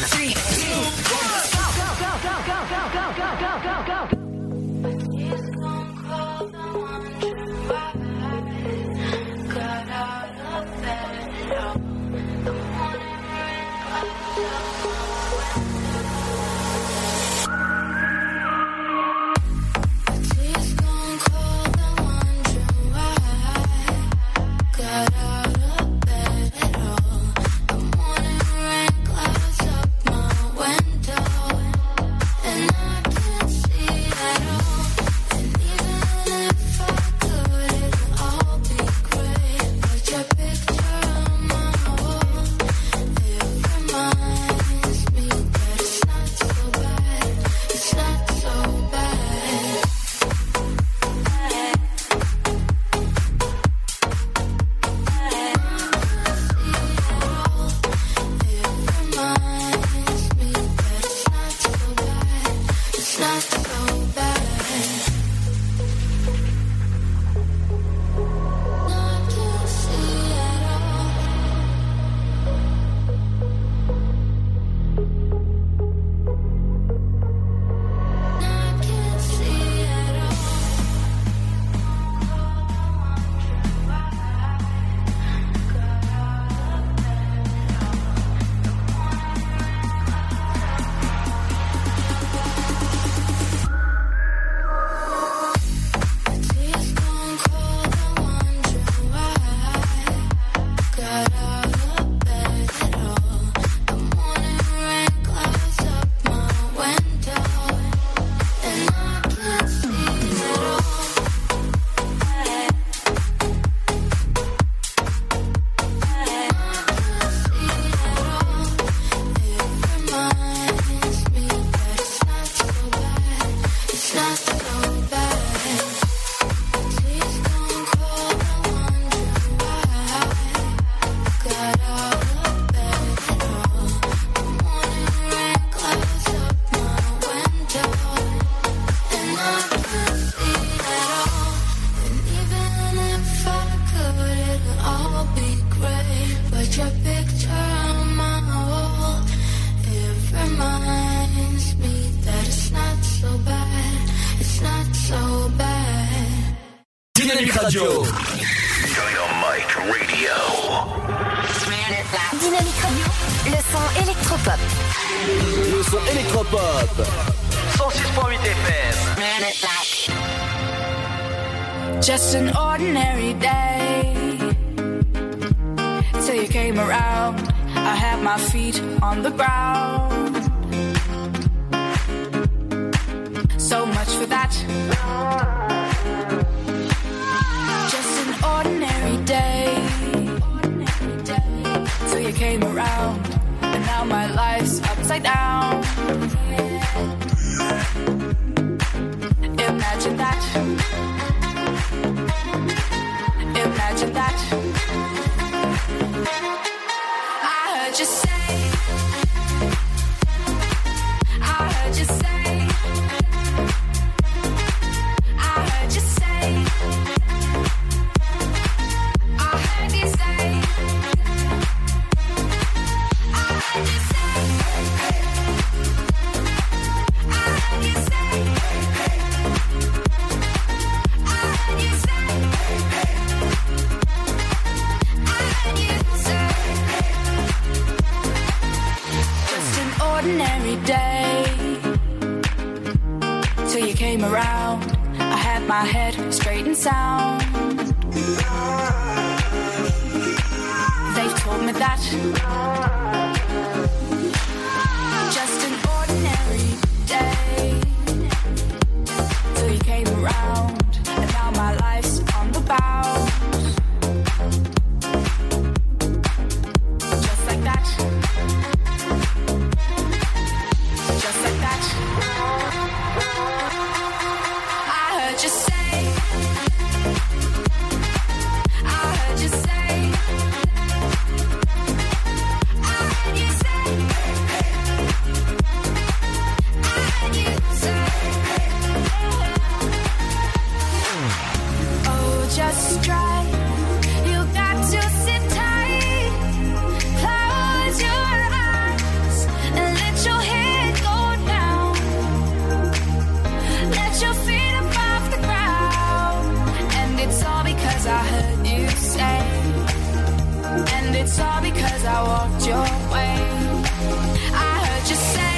Speaker 4: Dynamique Radio.
Speaker 5: Dynamite Radio.
Speaker 2: Dynamique Radio, le son électropop.
Speaker 4: Le son électropop. cent six point huit F M.
Speaker 7: Just an ordinary day till you came around. I had my feet on the ground. So much for that. Just an ordinary day till you came around, and now my life's upside down. Imagine that. Imagine that. I heard you say, I heard you say, I heard you say, I heard you say, I heard you say, I heard you say, I heard you say. Just an
Speaker 3: ordinary day till you came around. I had my head straight and sound. They've told me that just an ordinary day till you came around, and now my life's on the bounce. Just like that. Just like that. I heard you say, I heard you say, I heard you say, I heard you say, oh, just try, you got to sit tight, close your eyes, and let your head go down, let your feet above the ground, and it's all because I heard you say, and it's all because I walked your way. I heard you say,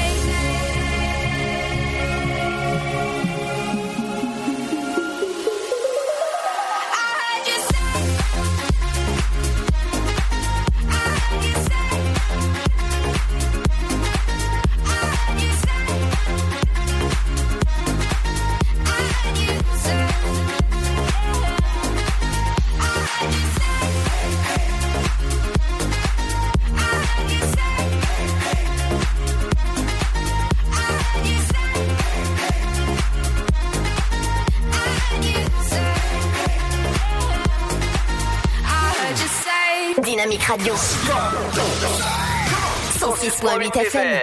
Speaker 3: I heard you say, I heard you say, I heard you say, I heard you say, I heard you say,
Speaker 2: Dynamique Radio cent six point huit F M.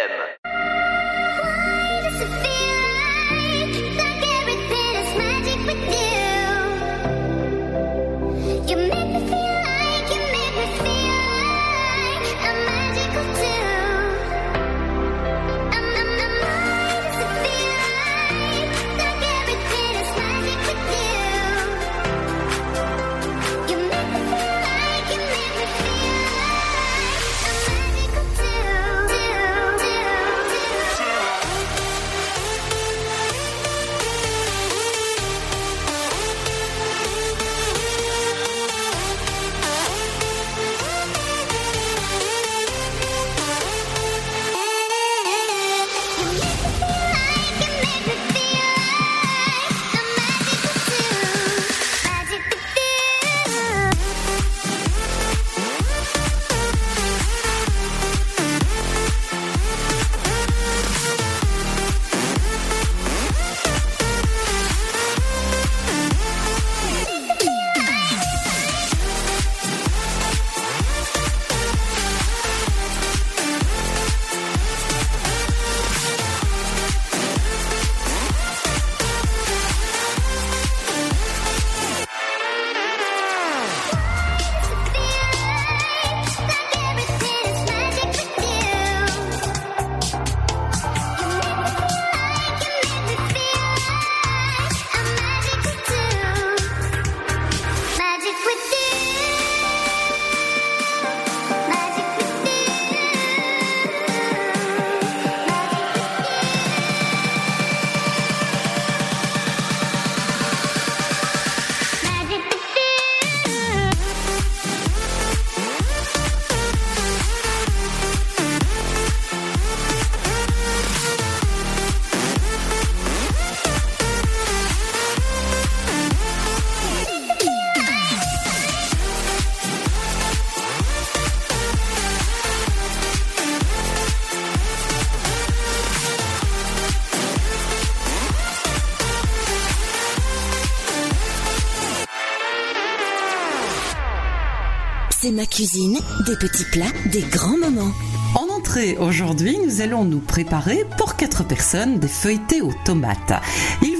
Speaker 10: C'est ma cuisine, des petits plats, des grands moments.
Speaker 22: En entrée, aujourd'hui, nous allons nous préparer pour quatre personnes des feuilletés aux tomates. Il vous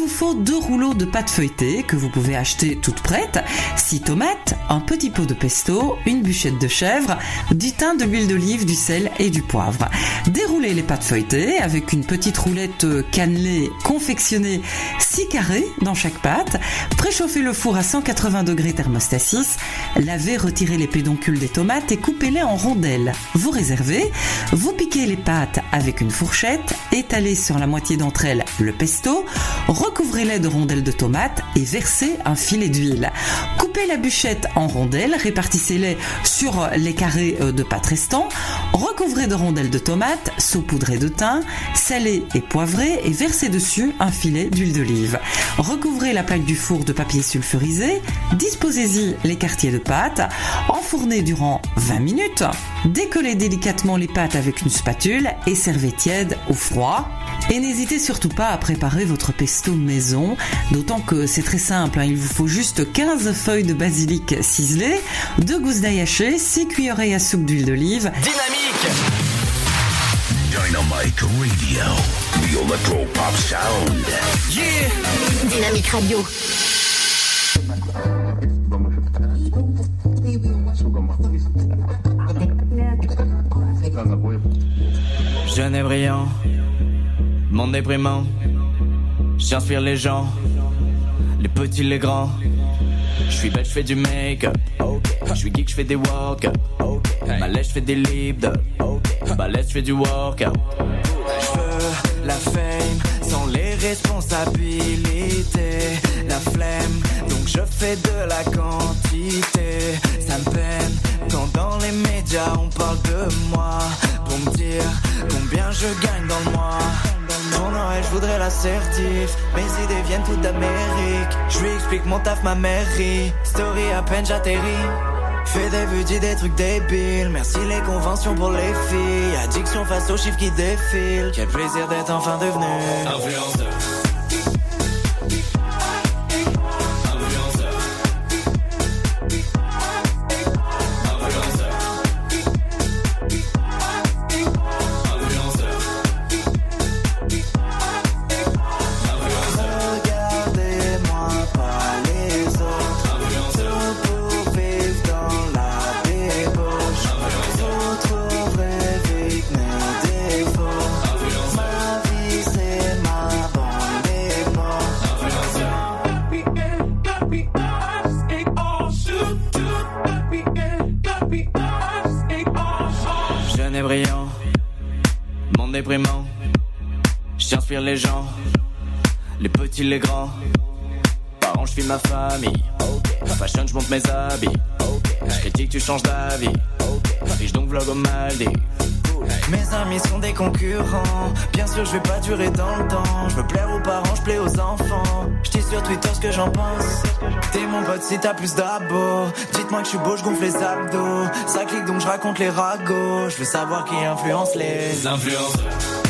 Speaker 14: vous faut deux rouleaux de pâte feuilletée que vous pouvez acheter toute prête, six tomates, un petit pot de pesto, une bûchette de chèvre, du thym, de l'huile d'olive, du sel et du poivre. Déroulez les pâtes feuilletées avec une petite roulette cannelée confectionnée six carrés dans chaque pâte. Préchauffez le four à cent quatre-vingts degrés thermostat six. Lavez, retirez les pédoncules des tomates et coupez-les en rondelles. Vous réservez, vous piquez les pâtes avec une fourchette, étalez sur la moitié d'entre elles le pesto, recouvrez-les de rondelles de tomates et versez un filet d'huile. Coupez la bûchette en rondelles, répartissez-les sur les carrés de pâte restants, recouvrez de rondelles de tomates, saupoudrez de thym, salez et poivrez et versez dessus un filet d'huile d'olive. Recouvrez la plaque du four de papier sulfurisé, disposez-y les quartiers de pâte, enfournez durant vingt minutes, décollez délicatement les pâtes avec une spatule et servez tiède ou froid. Et n'hésitez surtout pas à préparer votre pesto maison, d'autant que c'est très simple, hein, il vous faut juste quinze feuilles de basilic ciselées, deux gousses d'ail hachées, six cuillerées à soupe d'huile d'olive.
Speaker 5: Dynamique Dynamique Radio, the electro pop sound.
Speaker 2: Yeah Dynamique Radio.
Speaker 15: Jeune et brillant, monde déprimant, j'inspire les gens, les petits, les grands. Je suis belle, je fais du make-up. Je suis geek, je fais des walk-up. Balèze, je fais des libs. Balèze, je fais du workout. Je veux la fame sans les responsabilités, la flemme, donc je fais de la quantité. Ça me peine quand dans les médias on parle de moi pour me dire combien je gagne dans le mois. Pour Noël je voudrais l'assertif, mes idées viennent toutes d'Amérique. Je lui explique mon taf, ma mairie, story à peine j'atterris. Fais des vues, dis des trucs débiles. Merci les conventions pour les filles. Addiction face aux chiffres qui défilent. Quel plaisir d'être enfin devenu influenceur. J'inspire les gens, les petits, les grands. Parents, je filme ma famille. Fashion, je monte mes habits. Je critique, tu changes d'avis. Riche donc vlog au Maldives. Mes amis sont des concurrents. Bien sûr, je vais pas durer dans le temps. Je veux plaire aux parents, je plais aux enfants. Je dis sur Twitter ce que j'en pense. T'es mon pote si t'as plus d'abos. Dites-moi que je suis beau, je gonfle les abdos. Ça clique donc je raconte les ragots. Je veux savoir qui influence les influenceurs.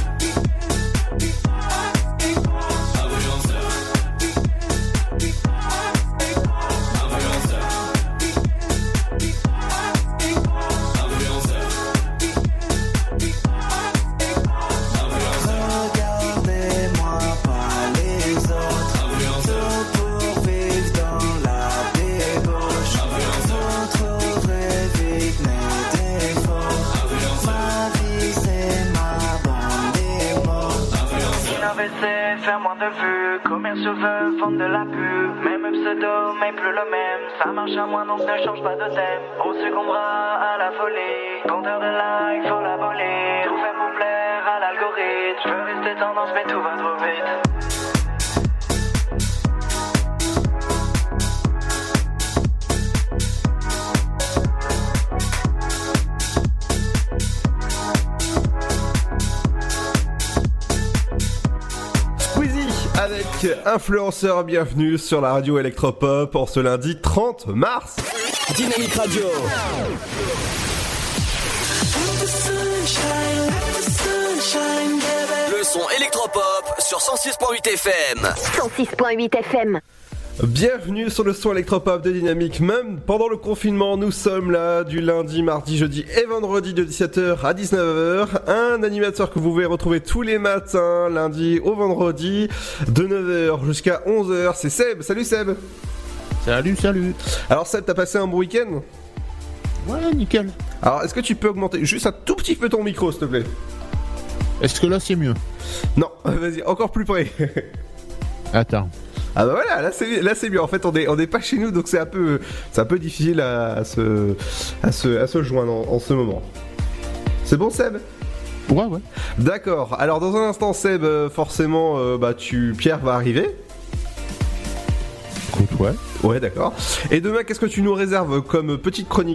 Speaker 22: Faire moins de vues, commerciaux veulent vendre de la pub. Même pseudo, mais plus le même. Ça marche à moi donc ne change pas de thème. Au second bras à la folie. Compteur de likes, faut l'abolir. Tout fait pour plaire à l'algorithme. Je veux rester tendance mais tout va trop vite.
Speaker 13: Avec Influenceur, bienvenue sur la radio Electropop en ce lundi trente mars.
Speaker 4: Dynamique Radio. Le son Electropop sur cent six point huit F M.
Speaker 2: cent six point huit F M.
Speaker 13: Bienvenue sur le son électropop de Dynamique. Même pendant le confinement, nous sommes là du lundi, mardi, jeudi et vendredi de dix-sept heures à dix-neuf heures. Un animateur que vous pouvez retrouver tous les matins, lundi au vendredi, de neuf heures jusqu'à onze heures. C'est Seb. Salut Seb.
Speaker 8: Salut, salut.
Speaker 13: Alors Seb, t'as passé un bon week-end ?
Speaker 8: Ouais, nickel.
Speaker 13: Alors, est-ce que tu peux augmenter juste un tout petit peu ton micro, s'il te plaît ?
Speaker 8: Est-ce que là, c'est mieux ?
Speaker 13: Non, vas-y, encore plus près.
Speaker 8: Attends.
Speaker 13: Ah bah voilà, là c'est, là c'est mieux. En fait, on est, on est pas chez nous, donc c'est un peu, c'est un peu difficile à, à, se, à, se, à se joindre en, en ce moment. C'est bon, Seb ?
Speaker 8: Ouais, ouais.
Speaker 13: D'accord. Alors, dans un instant, Seb, forcément, euh, bah, tu, Pierre va arriver.
Speaker 8: Écoute, ouais.
Speaker 13: Ouais, d'accord. Et demain, qu'est-ce que tu nous réserves comme petite chronique ?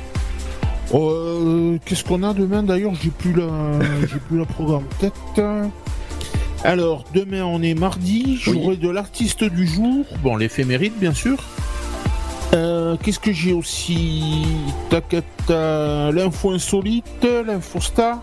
Speaker 8: Euh, qu'est-ce qu'on a demain d'ailleurs ? J'ai plus la, j'ai plus la programme tête. Alors, demain on est mardi, j'aurai oui. de l'artiste du jour, bon l'éphéméride bien sûr. Euh, qu'est-ce que j'ai aussi ? Tac, tac, l'info insolite, l'info star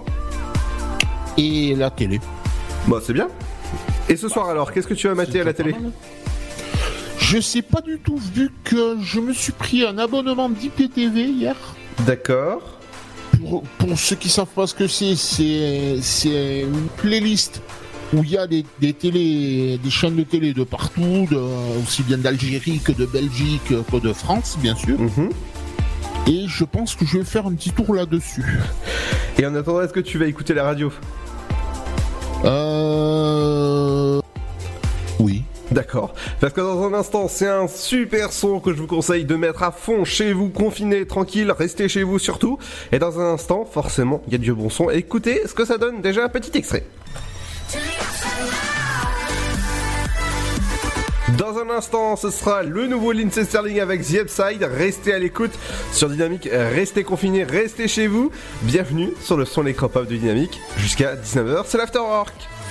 Speaker 8: et la télé.
Speaker 13: Bah c'est bien. Et ce soir alors, qu'est-ce que tu vas mater à la télé ?
Speaker 8: Je sais pas du tout, vu que je me suis pris un abonnement d'I P T V hier.
Speaker 13: D'accord.
Speaker 8: Pour, pour ceux qui savent pas ce que c'est, c'est, c'est une playlist où il y a des, des télés, des chaînes de télé de partout, de, aussi bien d'Algérie que de Belgique que de France, bien sûr.
Speaker 13: Mmh.
Speaker 8: Et je pense que je vais faire un petit tour là-dessus.
Speaker 13: Et en attendant, est-ce que tu vas écouter la radio ?
Speaker 8: Euh... Oui.
Speaker 13: D'accord, parce que dans un instant, c'est un super son que je vous conseille de mettre à fond chez vous, confinés, tranquille, restez chez vous surtout. Et dans un instant, forcément, il y a du bon son. Écoutez ce que ça donne, déjà un petit extrait. Dans un instant, ce sera le nouveau Lindsey Sterling avec The Upside. Restez à l'écoute sur Dynamique, restez confinés, restez chez vous. Bienvenue sur le son électropop de Dynamique. Jusqu'à dix-neuf heures, c'est l'Afterwork.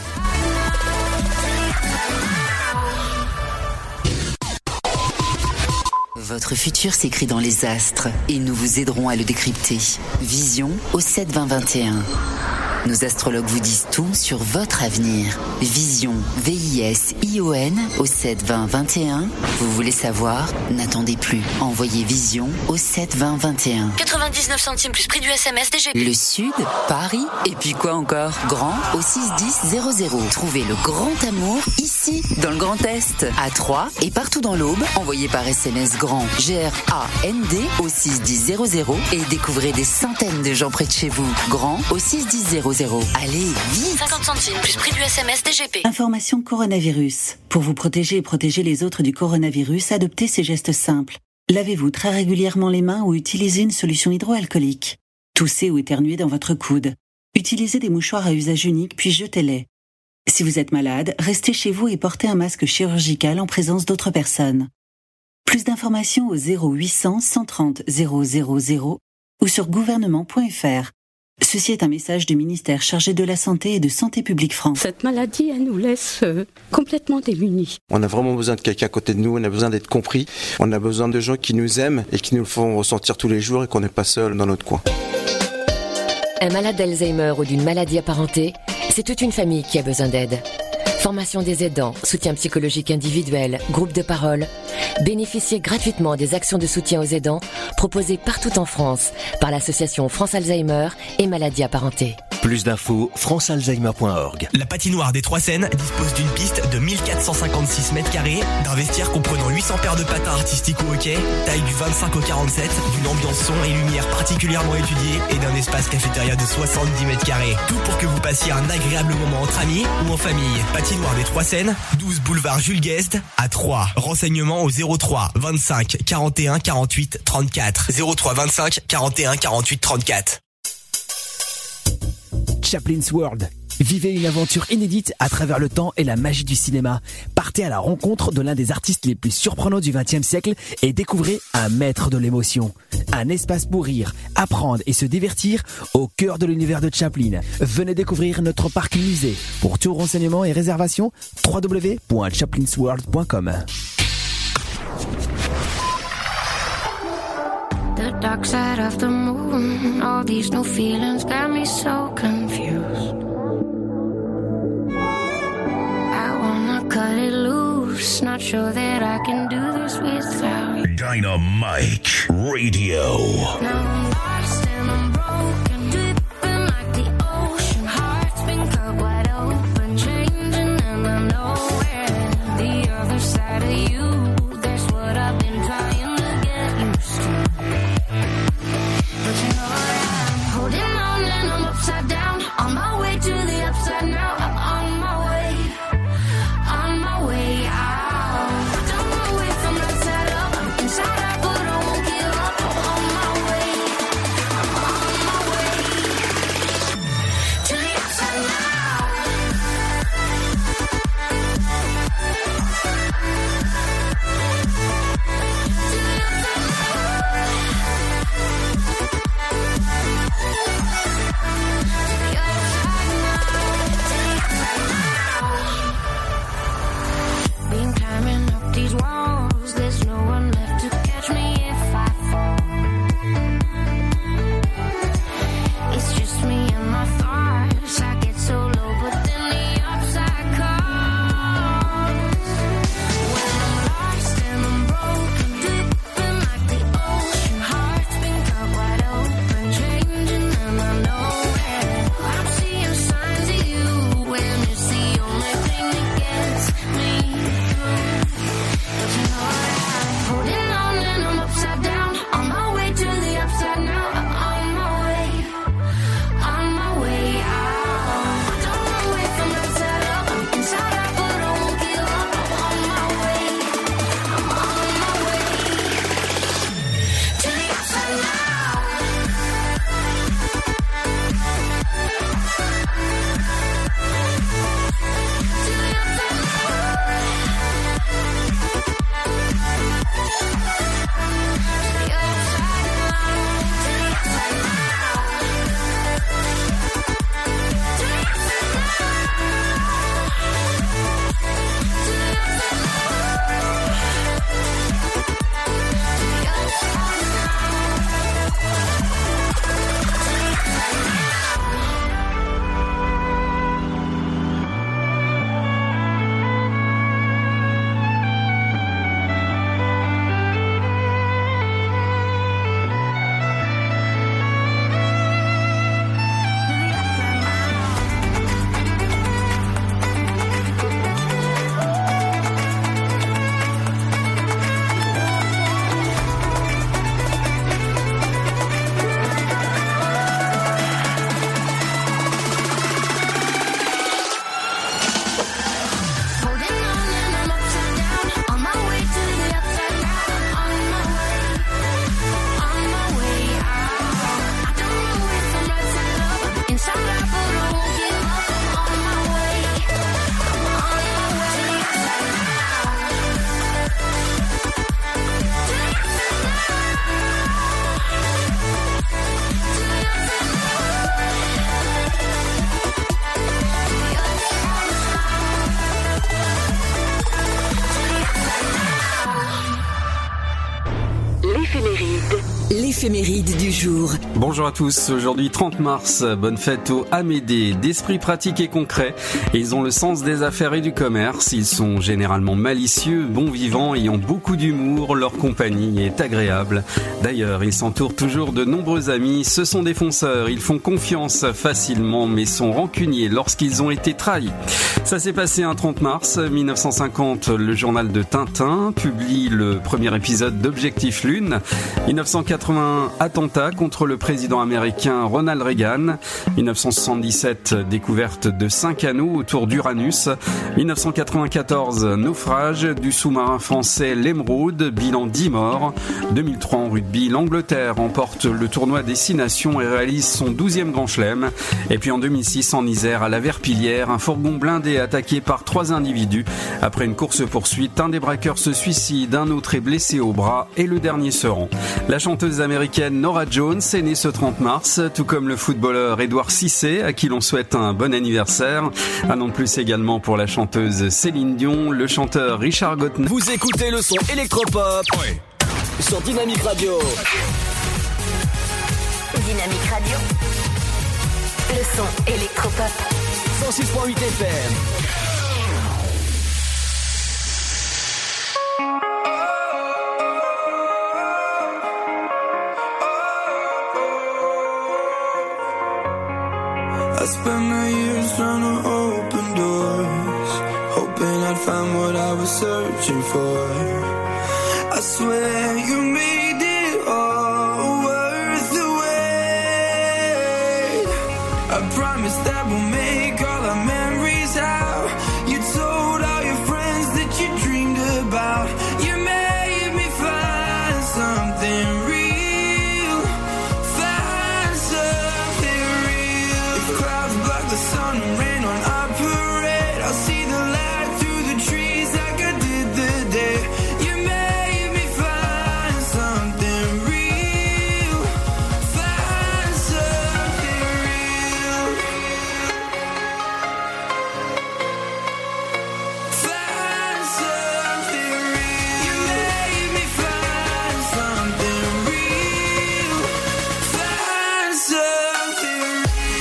Speaker 9: Votre futur s'écrit dans les astres et nous vous aiderons à le décrypter. Vision au sept vingt vingt et un. Nos astrologues vous disent tout sur votre avenir. Vision, V I S I O N au sept vingt vingt et un. Vous voulez savoir ? N'attendez plus. Envoyez Vision au sept vingt vingt et un.
Speaker 23: quatre-vingt-dix-neuf centimes plus prix du S M S D G P.
Speaker 9: Le Sud, Paris, et puis quoi encore ? Grand au six dix zéro zéro. Trouvez le grand amour ici, dans le Grand Est, à Troyes et partout dans l'Aube. Envoyez par S M S grand G R A N D au six dix zéro zéro et découvrez des centaines de gens près de chez vous. Grand au six dix zéro zéro. Allez, vite !
Speaker 23: cinquante centimes plus prix du S M S D G P.
Speaker 9: Information coronavirus. Pour vous protéger et protéger les autres du coronavirus, adoptez ces gestes simples. Lavez-vous très régulièrement les mains ou utilisez une solution hydroalcoolique. Toussez ou éternuez dans votre coude. Utilisez des mouchoirs à usage unique puis jetez-les. Si vous êtes malade, restez chez vous et portez un masque chirurgical en présence d'autres personnes. Plus d'informations au zéro huit cents cent trente zéro zéro zéro ou sur gouvernement point f r. Ceci est un message du ministère chargé de la Santé et de Santé publique France.
Speaker 16: Cette maladie, elle nous laisse euh, complètement démunis.
Speaker 17: On a vraiment besoin de quelqu'un à côté de nous, on a besoin d'être compris, on a besoin de gens qui nous aiment et qui nous le font ressentir tous les jours et qu'on n'est pas seul dans notre coin.
Speaker 18: Un malade d'Alzheimer ou d'une maladie apparentée, c'est toute une famille qui a besoin d'aide. Formation des aidants, soutien psychologique individuel, groupe de parole. Bénéficiez gratuitement des actions de soutien aux aidants proposées partout en France par l'association France Alzheimer et maladies apparentées.
Speaker 19: Plus d'infos, france alzheimer point org.
Speaker 20: La patinoire des Trois Seines dispose d'une piste de mille quatre cent cinquante-six mètres carrés, d'un vestiaire comprenant huit cents paires de patins artistiques au hockey, taille du vingt-cinq au quarante-sept, d'une ambiance son et lumière particulièrement étudiée et d'un espace cafétéria de soixante-dix mètres carrés. Tout pour que vous passiez un agréable moment entre amis ou en famille. Patinoire des Trois Seines, douze boulevard Jules Guest à Troyes. Renseignements au zéro trois vingt-cinq quarante et un quarante-huit trente-quatre. zéro trois vingt-cinq quarante et un quarante-huit trente-quatre.
Speaker 21: Chaplin's World. Vivez une aventure inédite à travers le temps et la magie du cinéma. Partez à la rencontre de l'un des artistes les plus surprenants du vingtième siècle et découvrez un maître de l'émotion. Un espace pour rire, apprendre et se divertir au cœur de l'univers de Chaplin. Venez découvrir notre parc musée. Pour tout renseignement et réservation, w w w point chaplins world point com.
Speaker 3: The dark side of the moon, all these new feelings got me so confused. I wanna cut it loose, not sure that
Speaker 5: Dynamite Radio.
Speaker 10: L'éphéméride du jour.
Speaker 1: Bonjour à tous, aujourd'hui trente mars, bonne fête aux Amédées, d'esprit pratique et concret. Et ils ont le sens des affaires et du commerce, ils sont généralement malicieux, bons vivants, ayant beaucoup d'humour, leur compagnie est agréable. D'ailleurs, ils s'entourent toujours de nombreux amis, ce sont des fonceurs, ils font confiance facilement mais sont rancuniers lorsqu'ils ont été trahis. Ça s'est passé un trente mars mille neuf cent cinquante, le journal de Tintin publie le premier épisode d'Objectif Lune. mille neuf cent quatre-vingt-un, attentat contre le président américain Ronald Reagan. mille neuf cent soixante-dix-sept, découverte de cinq anneaux autour d'Uranus. mille neuf cent quatre-vingt-quatorze, naufrage du sous-marin français l'Emeraude, bilan dix morts. deux mille trois, en rugby, l'Angleterre remporte le tournoi des six nations et réalise son douzième grand chelem. Et puis en deux mille six, en Isère, à la Verpillière, un fourgon blindé attaqué par trois individus. Après une course-poursuite, un des braqueurs se suicide, un autre est blessé au bras et le dernier se rend. La chanteuse américaine Norah Jones est née ce trente mars, tout comme le footballeur Édouard Cissé, à qui l'on souhaite un bon anniversaire. Un an de plus également pour la chanteuse Céline Dion, le chanteur Richard Gottenet.
Speaker 4: Vous écoutez le son électropop oui. Sur Dynamique Radio.
Speaker 2: Dynamique Radio. Le son électropop.
Speaker 4: cent six point huit F M.
Speaker 15: searching for. I swear you made it all worth the wait. I promise that we'll make all our memories out. You told all your friends that you dreamed about. You made me find something real. Find something real. If clouds block the sun and rain on our parade, I'll see the light through the trees like I did the day. You made me find something real. Find something real. Find something real. You made me find something real. Find something real.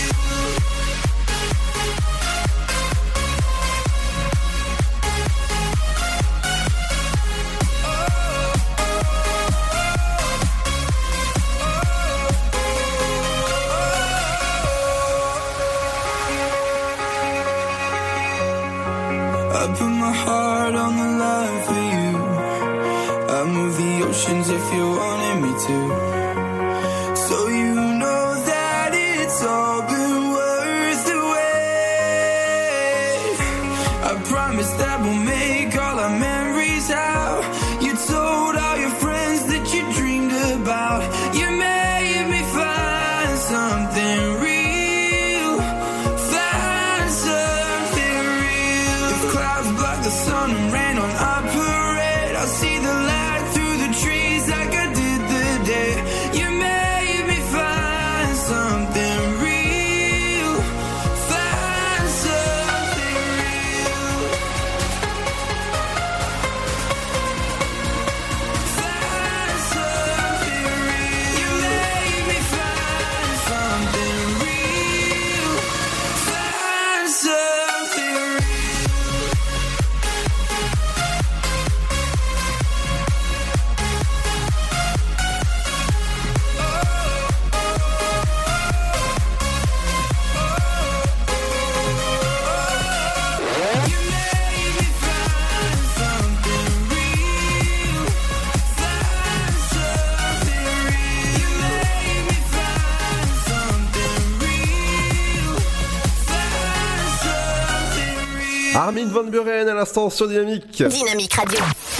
Speaker 15: I put my heart on the line for you. I move the oceans if you wanted me to. So you know that it's all been worth the wait. I promise that we'll make all our memories out. You told all your friends that you dreamed about. You made me find something real. Find something real. If clouds block the sun and rain on our parade, I'll see the light through the trees like I did the day. You made me find something real. Find something real. Find something real. You made me find something real. Find something real.
Speaker 13: Armin van Buuren à l'instant sur Dynamique.
Speaker 2: Dynamique Radio.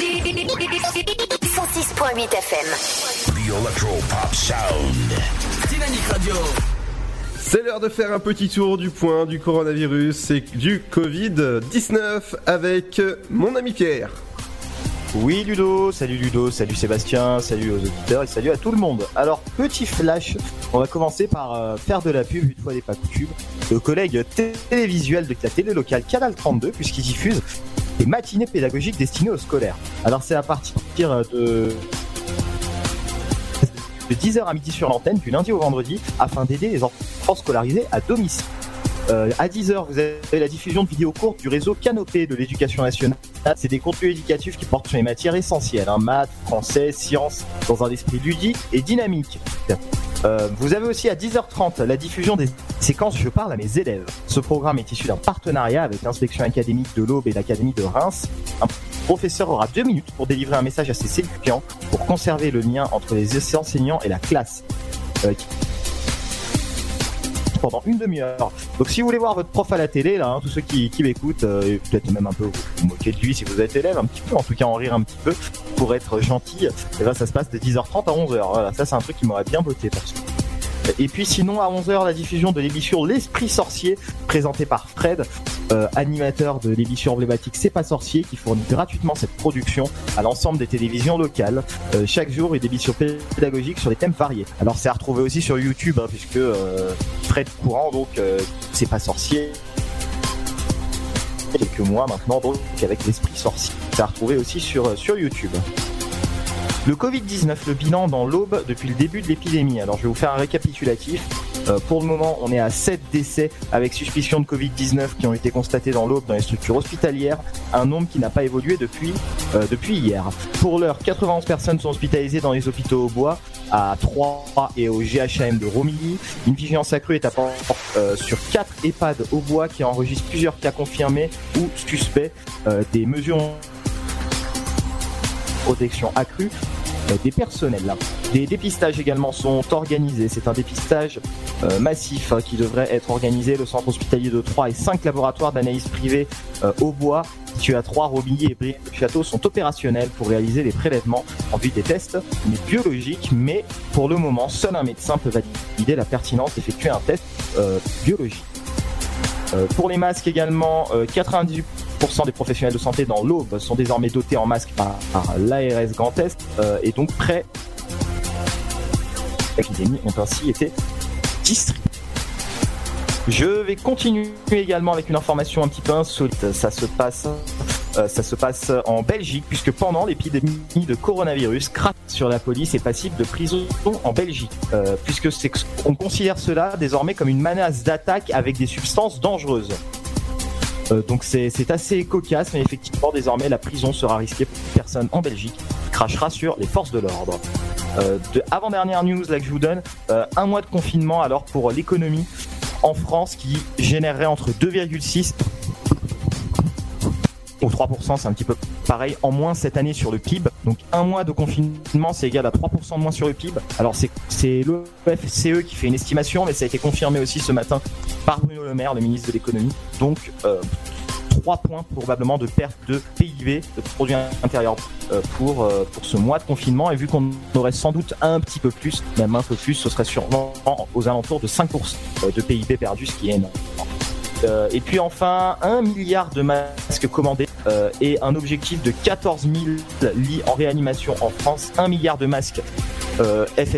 Speaker 2: cent six point huit F M.
Speaker 5: The Electro-Pop Sound.
Speaker 20: Dynamique Radio.
Speaker 13: C'est l'heure de faire un petit tour du point du coronavirus et du covid dix-neuf avec mon ami Pierre.
Speaker 6: Oui Ludo, salut Ludo, salut Sébastien, salut aux auditeurs et salut à tout le monde. Alors petit flash, on va commencer par euh, faire de la pub, une fois n'est pas coutume, le collègue télévisuel de la télé locale Canal trente-deux, puisqu'il diffuse des matinées pédagogiques destinées aux scolaires. Alors c'est à partir de... de dix heures à midi sur l'antenne, du lundi au vendredi, afin d'aider les enfants scolarisés à domicile. Euh, à dix heures, vous avez la diffusion de vidéos courtes du réseau Canopé de l'éducation nationale. C'est des contenus éducatifs qui portent sur les matières essentielles, hein, maths, français, sciences, dans un esprit ludique et dynamique. Euh, vous avez aussi à dix heures trente la diffusion des séquences Je parle à mes élèves. Ce programme est issu d'un partenariat avec l'inspection académique de l'Aube et l'académie de Reims. Un professeur aura deux minutes pour délivrer un message à ses étudiants pour conserver le lien entre les enseignants et la classe. Euh, pendant une demi-heure. Donc si vous voulez voir votre prof à la télé, là, hein, tous ceux qui, qui m'écoutent, euh, et peut-être même un peu vous moquer de lui si vous êtes élève, un petit peu, en tout cas en rire un petit peu, pour être gentil, et ben ça se passe de dix heures trente à onze heures. Voilà, ça c'est un truc qui m'aurait bien botté perso. Et puis sinon à onze heures la diffusion de l'émission L'Esprit Sorcier, présentée par Fred, euh, animateur de l'émission emblématique C'est pas sorcier, qui fournit gratuitement cette production à l'ensemble des télévisions locales. Euh, chaque jour une émission pédagogique sur des thèmes variés. Alors c'est à retrouver aussi sur YouTube, hein, puisque euh, Fred courant, donc euh, C'est pas sorcier. Quelques mois maintenant, donc avec L'Esprit Sorcier. C'est à retrouver aussi sur, sur YouTube. Le covid dix-neuf, le bilan dans l'Aube depuis le début de l'épidémie. Alors je vais vous faire un récapitulatif. Euh, pour le moment, on est à sept décès avec suspicion de covid dix-neuf qui ont été constatés dans l'Aube dans les structures hospitalières, un nombre qui n'a pas évolué depuis, euh, depuis hier. Pour l'heure, quatre-vingt-onze personnes sont hospitalisées dans les hôpitaux au Bois, à Troyes et au G H A M de Romilly. Une vigilance accrue est à porter euh, sur quatre EHPAD au Bois qui enregistrent plusieurs cas confirmés ou suspects. Euh, des mesures protection accrue euh, des personnels. Des dépistages également sont organisés. C'est un dépistage euh, massif hein, qui devrait être organisé. Le centre hospitalier de Troyes et cinq laboratoires d'analyse privés euh, au bois, situés à Troyes, Romilly et Briey-le-Château, sont opérationnels pour réaliser les prélèvements en vue des tests biologiques. Mais pour le moment, seul un médecin peut valider la pertinence d'effectuer un test euh, biologique. Euh, pour les masques également, euh, quatre-vingt-dix-huit pour cent des professionnels de santé dans l'Aube sont désormais dotés en masques par, par l'A R S Grand Est euh, et donc prêts. L'épidémie ont ainsi été distribués. Je vais continuer également avec une information un petit peu insolite. Ça se passe, euh, ça se passe en Belgique puisque pendant l'épidémie de coronavirus, craque sur la police est passible de prison en Belgique, euh, puisque c'est, on considère cela désormais comme une menace d'attaque avec des substances dangereuses. Euh, donc c'est, c'est assez cocasse, mais effectivement désormais la prison sera risquée pour toute personne en Belgique qui crachera sur les forces de l'ordre. Euh, de avant-dernière news là que je vous donne, euh, un mois de confinement alors pour l'économie en France qui générerait entre deux virgule six ou trois pour cent, c'est un petit peu pareil, en moins cette année sur le P I B. Donc un mois de confinement, c'est égal à trois pour cent de moins sur le P I B. Alors c'est, c'est l'O F C E qui fait une estimation, mais ça a été confirmé aussi ce matin par Bruno Le Maire, le ministre de l'économie. Donc euh, trois points probablement de perte de P I B, de produit intérieur euh, pour, euh, pour ce mois de confinement. Et vu qu'on aurait sans doute un petit peu plus, même un peu plus, ce serait sûrement aux alentours de cinq pour cent de P I B perdu, ce qui est énorme. Euh, et puis enfin, un milliard de masques commandés euh, et un objectif de quatorze mille lits en réanimation en France. Un milliard de masques euh, F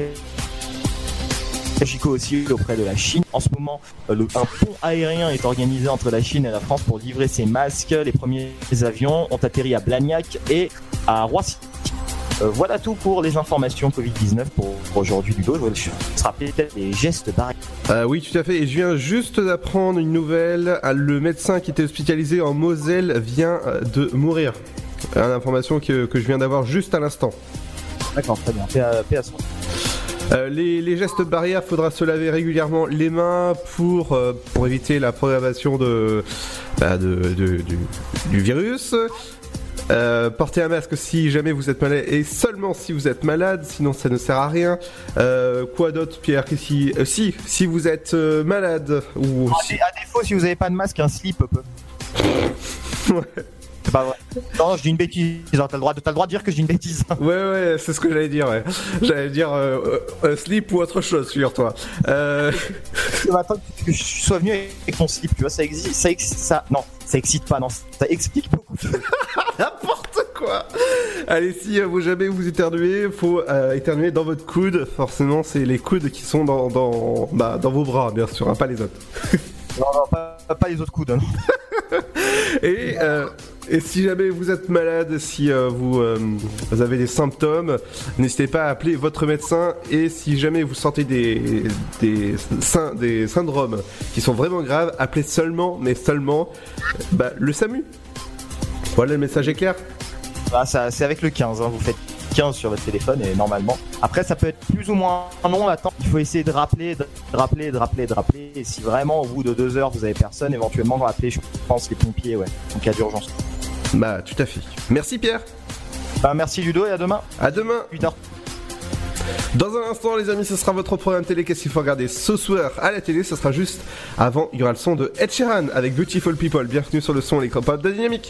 Speaker 6: F J C O aussi auprès de la Chine. En ce moment, euh, le, un pont aérien est organisé entre la Chine et la France pour livrer ces masques. Les premiers avions ont atterri à Blagnac et à Roissy. Euh, voilà tout pour les informations covid dix-neuf pour, pour aujourd'hui, Ludo. Je vais se rappeler peut-être les gestes barrières.
Speaker 13: Euh, oui, tout à fait. Et je viens juste d'apprendre une nouvelle. Le médecin qui était hospitalisé en Moselle vient de mourir. Une information que, que je viens d'avoir juste à l'instant.
Speaker 6: D'accord, très bien. Paix à, paix à son.
Speaker 13: Euh, les, les gestes barrières, faudra se laver régulièrement les mains pour, euh, pour éviter la propagation de, bah de, de, du, du virus. Euh, portez un masque si jamais vous êtes malade et seulement si vous êtes malade, sinon ça ne sert à rien. Euh, quoi d'autre, Pierre? Si, euh, si, si vous êtes euh, malade ou
Speaker 6: à,
Speaker 13: si...
Speaker 6: à défaut, si vous n'avez pas de masque, un slip peut. Ouais. C'est pas vrai. Non, je dis une bêtise. T'as le droit de, t'as le droit de dire que je dis une bêtise.
Speaker 13: Ouais, ouais, c'est ce que j'allais dire. Ouais. J'allais dire euh, euh, slip ou autre chose, figure-toi. Euh...
Speaker 6: Attends que je sois venu avec ton slip, tu vois, ça existe, ça excite, ça, non, ça excite pas, non, ça explique beaucoup de choses.
Speaker 13: N'importe quoi. Allez, si euh, vous jamais vous éternuez, faut euh, éternuer dans votre coude. Forcément, c'est les coudes qui sont dans dans bah, dans vos bras, bien sûr, hein, pas les autres.
Speaker 6: Non, non, pas, pas les autres coudes. Hein.
Speaker 13: Et euh, Et si jamais vous êtes malade, si euh, vous, euh, vous avez des symptômes, n'hésitez pas à appeler votre médecin. Et si jamais vous sentez des, des, des syndromes qui sont vraiment graves, appelez seulement, mais seulement, bah, le SAMU. Voilà, le message est clair.
Speaker 6: Ah, ça, c'est avec le quinze, hein, vous faites quinze sur votre téléphone et normalement. Après, ça peut être plus ou moins long l'attente. Il faut essayer de rappeler, de rappeler, de rappeler, de rappeler. Et si vraiment au bout de deux heures vous avez personne, éventuellement rappeler, je pense, les pompiers, ouais, en cas d'urgence.
Speaker 13: Bah, tout à fait. Merci Pierre.
Speaker 6: Bah, merci Ludo et à demain.
Speaker 13: À demain.
Speaker 6: huit heures.
Speaker 13: Dans un instant, les amis, ce sera votre programme télé. Qu'est-ce qu'il faut regarder ce soir à la télé? Ce sera juste avant. Il y aura le son de Ed Sheeran avec Beautiful People. Bienvenue sur le son électropop de Dynamique.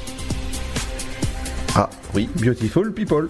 Speaker 13: Ah oui, Beautiful People.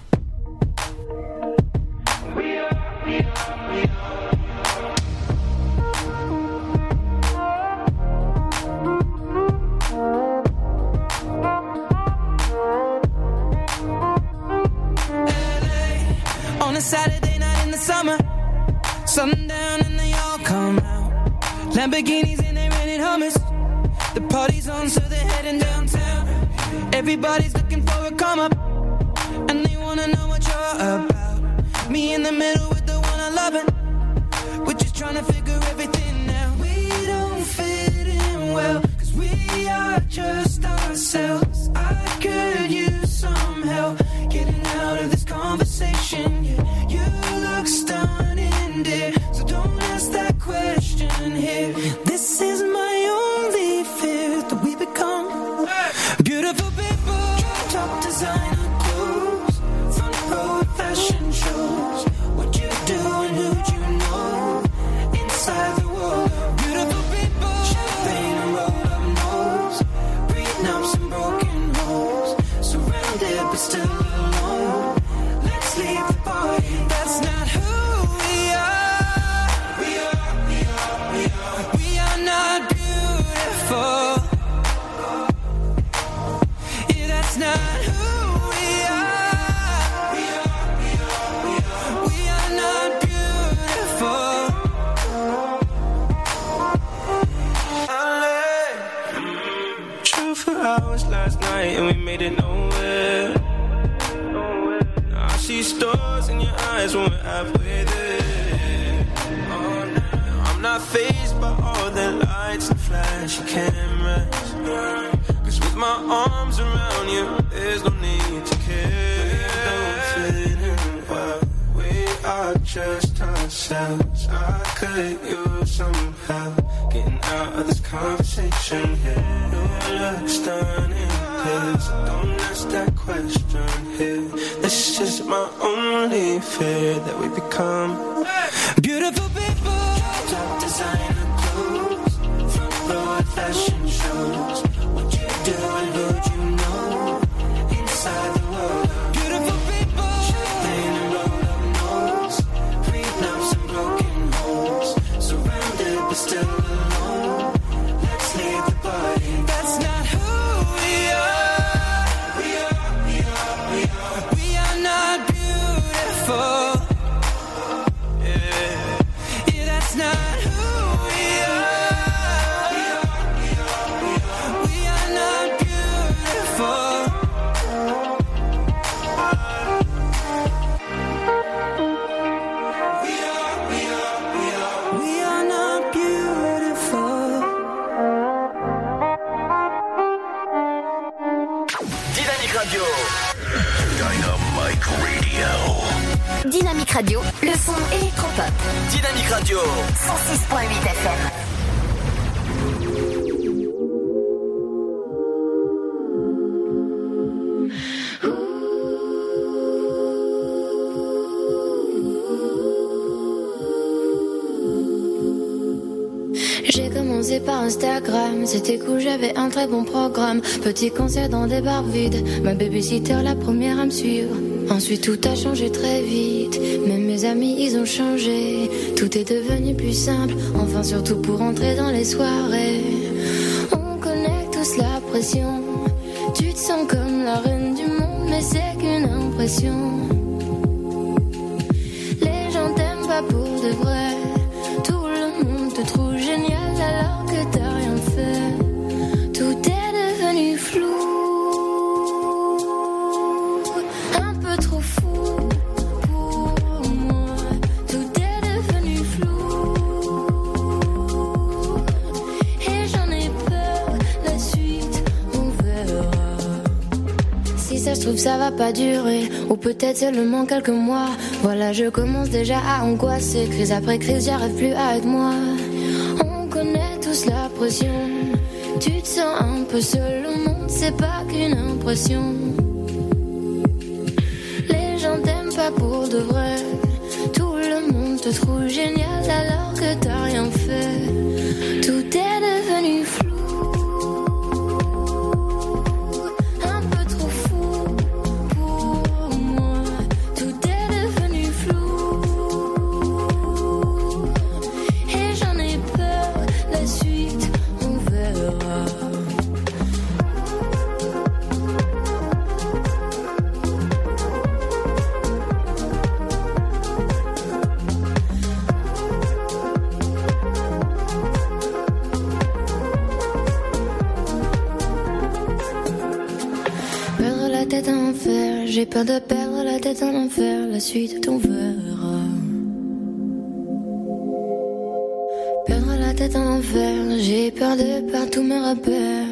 Speaker 7: On a Saturday night in the summer, sundown and they all come out. Lamborghinis and they rented Hummers. The party's on, so they're heading downtown. Everybody's looking for a come up, and they wanna know what you're about. Me in the middle with the one I love it. We're just trying to figure everything out. We don't fit in well, cause we are just ourselves. I could use some help getting out of this conversation. Yeah, you look stunning, dear, so don't ask that question here. This is my only fear, that we become beautiful people. Top designer clothes,
Speaker 22: hours last night and we made it nowhere. Now I see stars in your eyes when we're halfway there. Oh, now I'm not fazed by all the lights and flashy cameras. Cause with my arms around you, there's no need to care. Don't fit in well. We are just ourselves. I could use some help getting out of this conversation here. Your looks stunning, please don't ask that question here. This is my only fear, that we become beautiful people. Top designer clothes, front row at fashion shows. What you do and who you know inside the world. Beautiful people, champagne and roll up nose, prenups and broken homes, surrounded but still alone. Let's leave the party. That's not who we are. We are, we are, we are. We are not beautiful. Yeah, yeah, that's not who we are. We are, we are, we are. We are not beautiful. We are, we are, we are. We are not beautiful.
Speaker 4: Dynamique Radio. Dynamique Radio.
Speaker 2: Dynamique Radio, le son électropop.
Speaker 4: Dynamique Radio.
Speaker 2: cent six virgule huit F M.
Speaker 3: J'ai commencé par Instagram, c'était cool, j'avais un très bon programme. Petit concert dans des bars vides, ma babysitter la première à me suivre. Ensuite tout a changé très vite, même mes amis ils ont changé. Tout est devenu plus simple, enfin surtout pour entrer dans les soirées. On connaît tous la pression, tu te sens comme la reine du monde, mais c'est qu'une impression. Les gens t'aiment pas pour de vrai, tout le monde te trouve génial alors que t'as rien fait. Tout est devenu flou, un peu trop fou pour moi. Tout est devenu flou et j'en ai peur, la suite on verra. Si ça se trouve ça va pas durer, ou peut-être seulement quelques mois. Voilà, je commence déjà à angoisser, crise après crise, j'arrive plus à être moi. On connaît tous la pression, tu te sens un peu seul au monde, c'est pas qu'une impression. Les gens t'aiment pas pour de vrai, tout le monde te trouve génial alors que t'as rien fait. Tout est devenu flou, un peu trop fou pour moi. Tout est devenu flou et j'en ai peur, la suite on verra. Perdre la tête en enfer, j'ai peur de perdre la tête en enfer, la suite on verra. Perdre la tête en enfer, j'ai peur de perdre tous mes repères.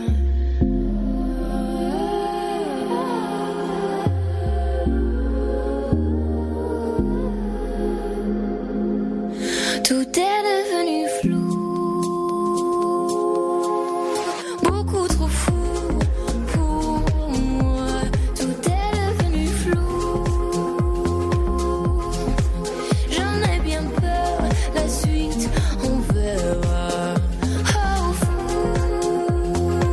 Speaker 3: Tout est devenu flou, beaucoup trop fou pour moi. Tout est devenu flou, j'en ai bien peur, la suite on verra. Oh fou,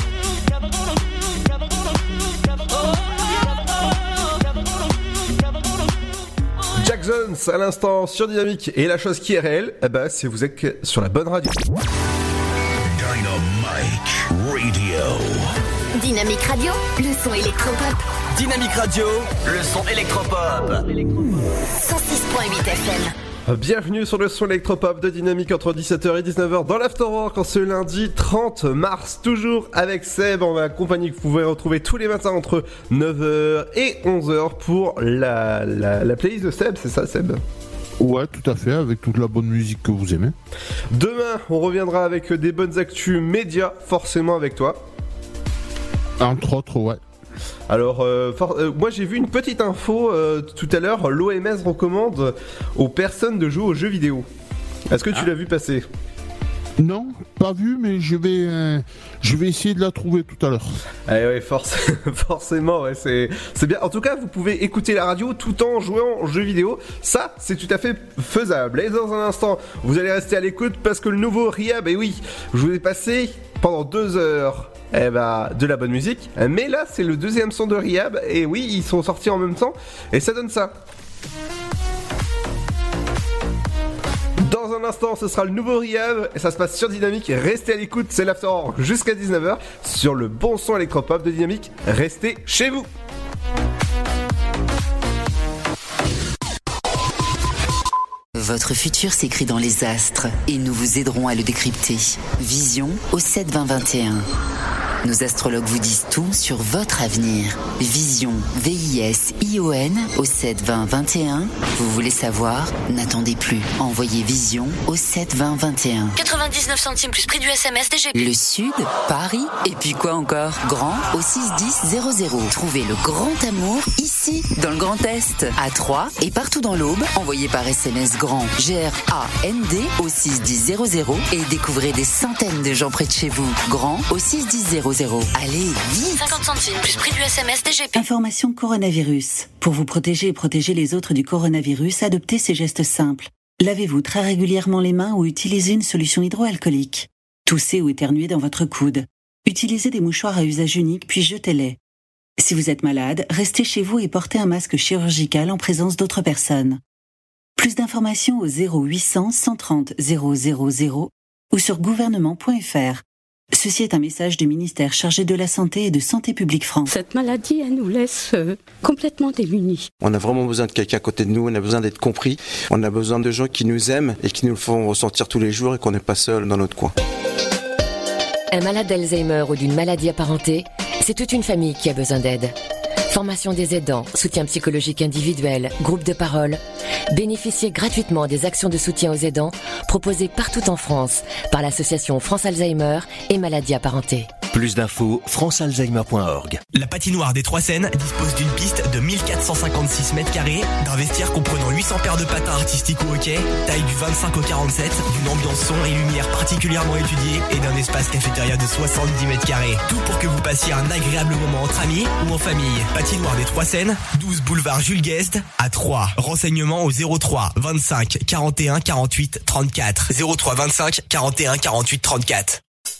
Speaker 13: Jack Jones à l'instant sur Dynamique, et la chose qui est réelle, eh ben, c'est vous êtes sur la bonne radio.
Speaker 5: Dynamique Radio.
Speaker 2: Dynamique Radio, le son électropop.
Speaker 4: Dynamique Radio, le son électropop.
Speaker 2: cent six virgule huit F M.
Speaker 13: Bienvenue sur le son électropop de Dynamique entre dix-sept heures et dix-neuf heures dans l'Afterwork en ce lundi trente mars, toujours avec Seb en ma compagnie que vous pouvez retrouver tous les matins entre neuf heures et onze heures pour la, la, la playlist de Seb, c'est ça Seb ?
Speaker 8: Ouais, tout à fait, avec toute la bonne musique que vous aimez.
Speaker 13: Demain, on reviendra avec des bonnes actus médias, forcément avec toi.
Speaker 8: Entre autres, ouais.
Speaker 13: Alors, euh, for- euh, moi j'ai vu une petite info euh, tout à l'heure, l'O M S recommande aux personnes de jouer aux jeux vidéo. Est-ce que tu ah. l'as vu passer ?
Speaker 8: Non, pas vu, mais je vais, euh, je vais essayer de la trouver tout à l'heure.
Speaker 13: Ah ouais, forc- forcément, ouais, c'est, c'est bien. En tout cas, vous pouvez écouter la radio tout en jouant aux jeux vidéo. Ça, c'est tout à fait faisable. Et dans un instant, vous allez rester à l'écoute parce que le nouveau Rehab, et oui, je vous ai passé pendant deux heures eh ben, de la bonne musique. Mais là, c'est le deuxième son de Rehab. Et oui, ils sont sortis en même temps. Et ça donne ça. Dans un instant, ce sera le nouveau Rehab et ça se passe sur Dynamique. Restez à l'écoute, c'est l'Afterwork jusqu'à dix-neuf heures sur le bon son électropop de Dynamique. Restez chez vous.
Speaker 9: Votre futur s'écrit dans les astres et nous vous aiderons à le décrypter. Vision au sept vingt vingt et un. Nos astrologues vous disent tout sur votre avenir. Vision, V I S I O N au sept vingt vingt et un. Vous voulez savoir? N'attendez plus. Envoyez Vision au sept vingt vingt et un.
Speaker 23: quatre-vingt-dix-neuf centimes plus prix du S M S D G P.
Speaker 9: Le Sud, Paris, et puis quoi encore? Grand au six dix zéro zéro. Trouvez le grand amour ici, dans le Grand Est, à Troyes et partout dans l'Aube. Envoyez par S M S grand G R A N D au six dix zéro zéro et découvrez des centaines de gens près de chez vous. Grand au six dix zéro zéro. Allez, vite!
Speaker 23: cinquante centimes plus prix du S M S D G P.
Speaker 9: Information coronavirus. Pour vous protéger et protéger les autres du coronavirus, adoptez ces gestes simples. Lavez-vous très régulièrement les mains ou utilisez une solution hydroalcoolique. Toussez ou éternuez dans votre coude. Utilisez des mouchoirs à usage unique puis jetez-les. Si vous êtes malade, restez chez vous et portez un masque chirurgical en présence d'autres personnes. Plus d'informations au zéro huit cents cent trente zéro zéro zéro ou sur gouvernement point f r. Ceci est un message du ministère chargé de la Santé et de Santé publique France.
Speaker 16: Cette maladie, elle nous laisse euh, complètement démunis.
Speaker 17: On a vraiment besoin de quelqu'un à côté de nous, on a besoin d'être compris, on a besoin de gens qui nous aiment et qui nous le font ressentir tous les jours et qu'on n'est pas seul dans notre coin.
Speaker 18: Un malade d'Alzheimer ou d'une maladie apparentée, c'est toute une famille qui a besoin d'aide. Formation des aidants, soutien psychologique individuel, groupe de parole. Bénéficiez gratuitement des actions de soutien aux aidants proposées partout en France par l'association France Alzheimer et maladies apparentées.
Speaker 19: Plus d'infos, france alzheimer point org.
Speaker 20: La patinoire des Trois Seines dispose d'une piste de mille quatre cent cinquante-six mètres carrés, d'un vestiaire comprenant huit cents paires de patins artistiques ou hockey, taille du vingt-cinq au quarante-sept, d'une ambiance son et lumière particulièrement étudiée et d'un espace cafétéria de soixante-dix mètres carrés. Tout pour que vous passiez un agréable moment entre amis ou en famille. Patinoire des Trois Seines, douze boulevard Jules Guest à Troyes. Renseignements au zéro trois vingt-cinq quarante et un quarante-huit trente-quatre. zéro trois vingt-cinq quarante et un quarante-huit trente-quatre.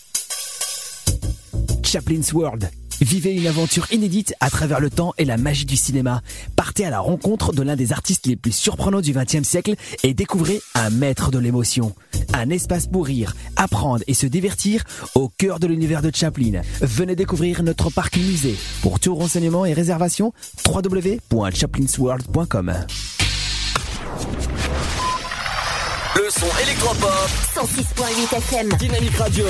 Speaker 21: Chaplin's World. Vivez une aventure inédite à travers le temps et la magie du cinéma. Partez à la rencontre de l'un des artistes les plus surprenants du vingtième siècle et découvrez un maître de l'émotion. Un espace pour rire, apprendre et se divertir au cœur de l'univers de Chaplin. Venez découvrir notre parc musée. Pour tout renseignement et réservation, w w w point chaplins world point com.
Speaker 4: Le son électropop
Speaker 2: cent six virgule huit F M.
Speaker 4: Dynamique Radio.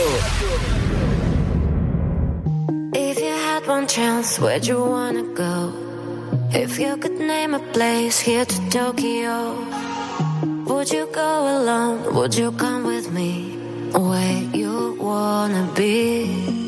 Speaker 3: If you had one chance, where'd you wanna go? If you could name a place here to Tokyo, would you go alone? Would you come with me? Where you wanna be?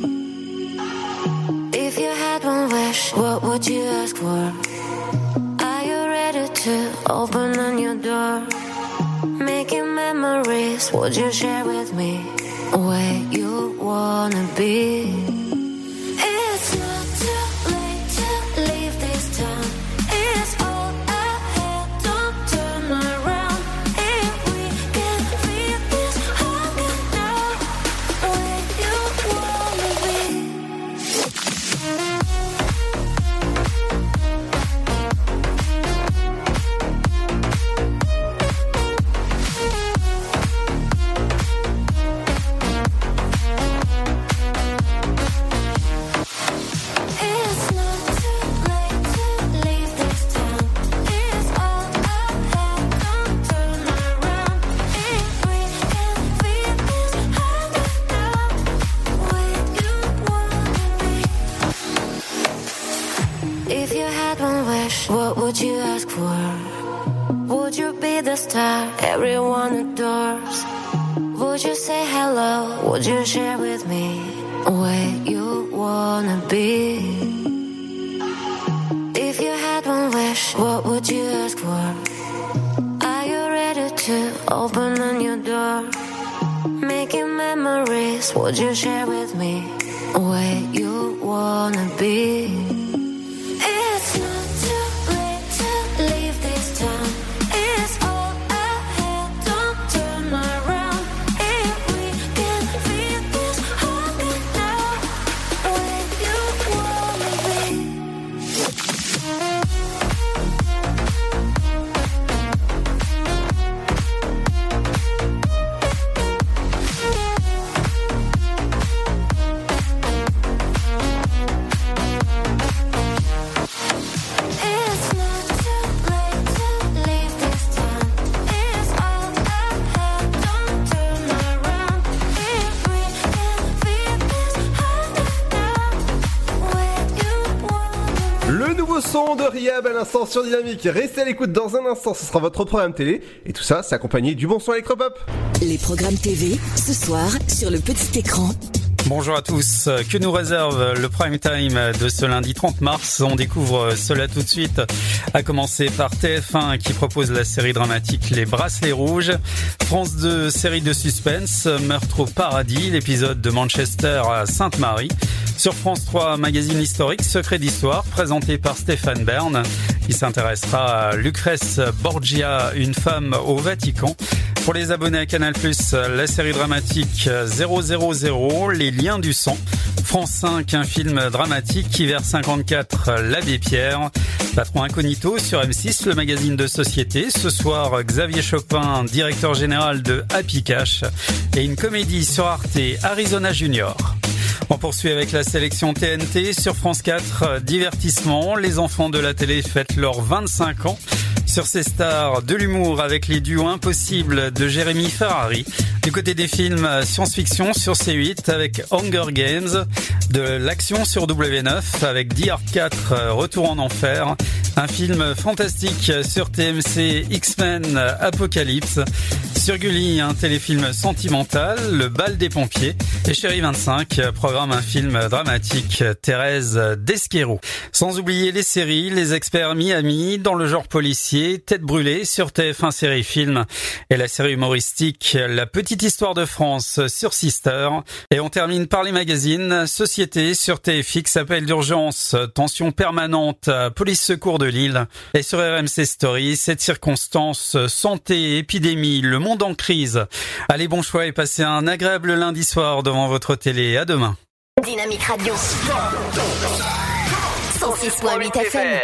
Speaker 3: If you had one wish, what would you ask for? Are you ready to open on your door? Making memories, would you share with me? Where you wanna be? It's not too late to leave this town. It's all ahead, don't turn around. If we can feel this hunger now, where you wanna be? What would you ask for? Would you be the star everyone adores? Would you say hello? Would you share with me where you wanna be? If you had one wish, what would you ask for? Are you ready to open on your door? Making memories, would you share with me where you wanna be? It's not too late to leave this town. It's all ahead, don't turn around. If we can feel this hunger now, where you wanna be?
Speaker 13: nouveau son de Rihab à l'instant sur Dynamique. Restez à l'écoute dans un instant, ce sera votre programme télé. Et tout ça, c'est accompagné du bon son électropop.
Speaker 10: Les programmes T V, ce soir, sur le petit écran.
Speaker 1: Bonjour à tous. Que nous réserve le prime time de ce lundi trente mars? On découvre cela tout de suite, à commencer par T F un qui propose la série dramatique Les Bracelets Rouges. France deux, série de suspense, Meurtre au paradis, l'épisode de Manchester à Sainte-Marie. Sur France trois, magazine historique Secret d'Histoire, présenté par Stéphane Bern. Il s'intéressera à Lucrèce Borgia, une femme au Vatican. Pour les abonnés à Canal plus, la série dramatique zéro zéro zéro, Les Liens du sang. France cinq, un film dramatique, Hiver cinquante-quatre, L'Abbé Pierre. Patron incognito sur M six, le magazine de société. Ce soir, Xavier Chopin, directeur général de Happy Cash. Et une comédie sur Arte, Arizona Junior. On poursuit avec la sélection T N T sur France quatre, divertissement. Les enfants de la télé fêtent leurs vingt-cinq ans. Sur ces stars, de l'humour avec les duos impossibles de Jérémy Ferrari. Du côté des films, science-fiction sur C huit avec Hunger Games. De l'action sur W neuf avec Die Hard quatre, Retour en enfer. Un film fantastique sur T M C, X-Men Apocalypse. Sur Gulli, un téléfilm sentimental, Le bal des pompiers. Et Chérie vingt-cinq programme un film dramatique, Thérèse Desquero. Sans oublier les séries, Les Experts Miami dans le genre policier, Tête brûlée sur T F un série film et la série humoristique La Petite Histoire de France sur Sister. Et on termine par les magazines, Société sur T F X, Appel d'urgence, Tension permanente, Police Secours de Lille. Et sur R M C Story, Cette circonstance, Santé, épidémie, Le monde en crise. Allez, bon choix et passez un agréable lundi soir devant votre télé. À demain.
Speaker 2: Dynamique Radio cent six point huit F M.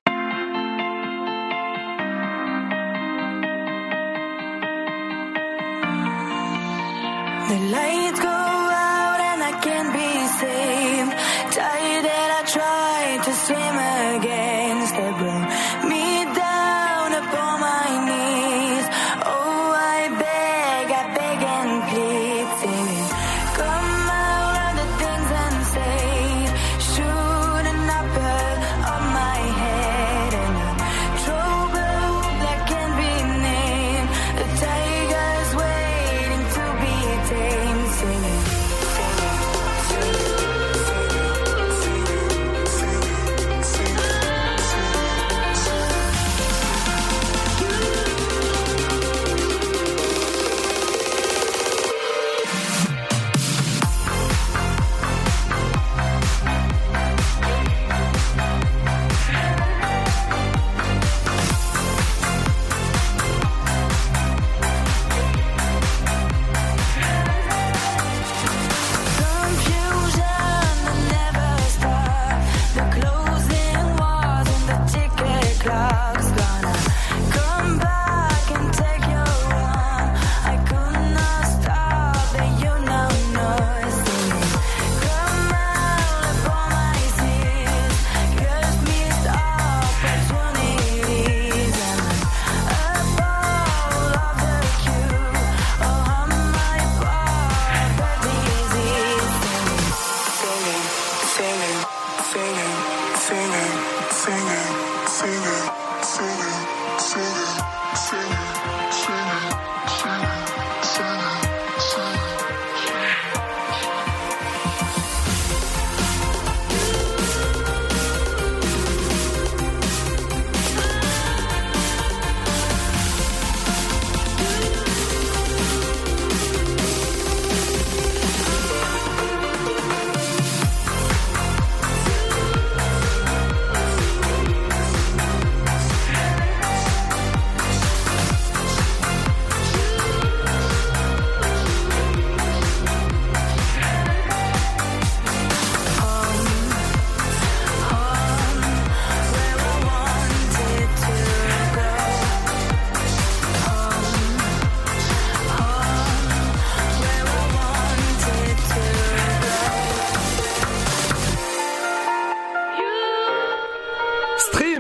Speaker 22: The lights go out and I can't be saved. Tired that I tried to swim against the bring me down upon my knees. Oh, I beg, I beg and plead, singing, come out of the things unsaved. Shouldn't I put on my head and I'm trouble that can't be named. The tiger's waiting to be tamed, singing.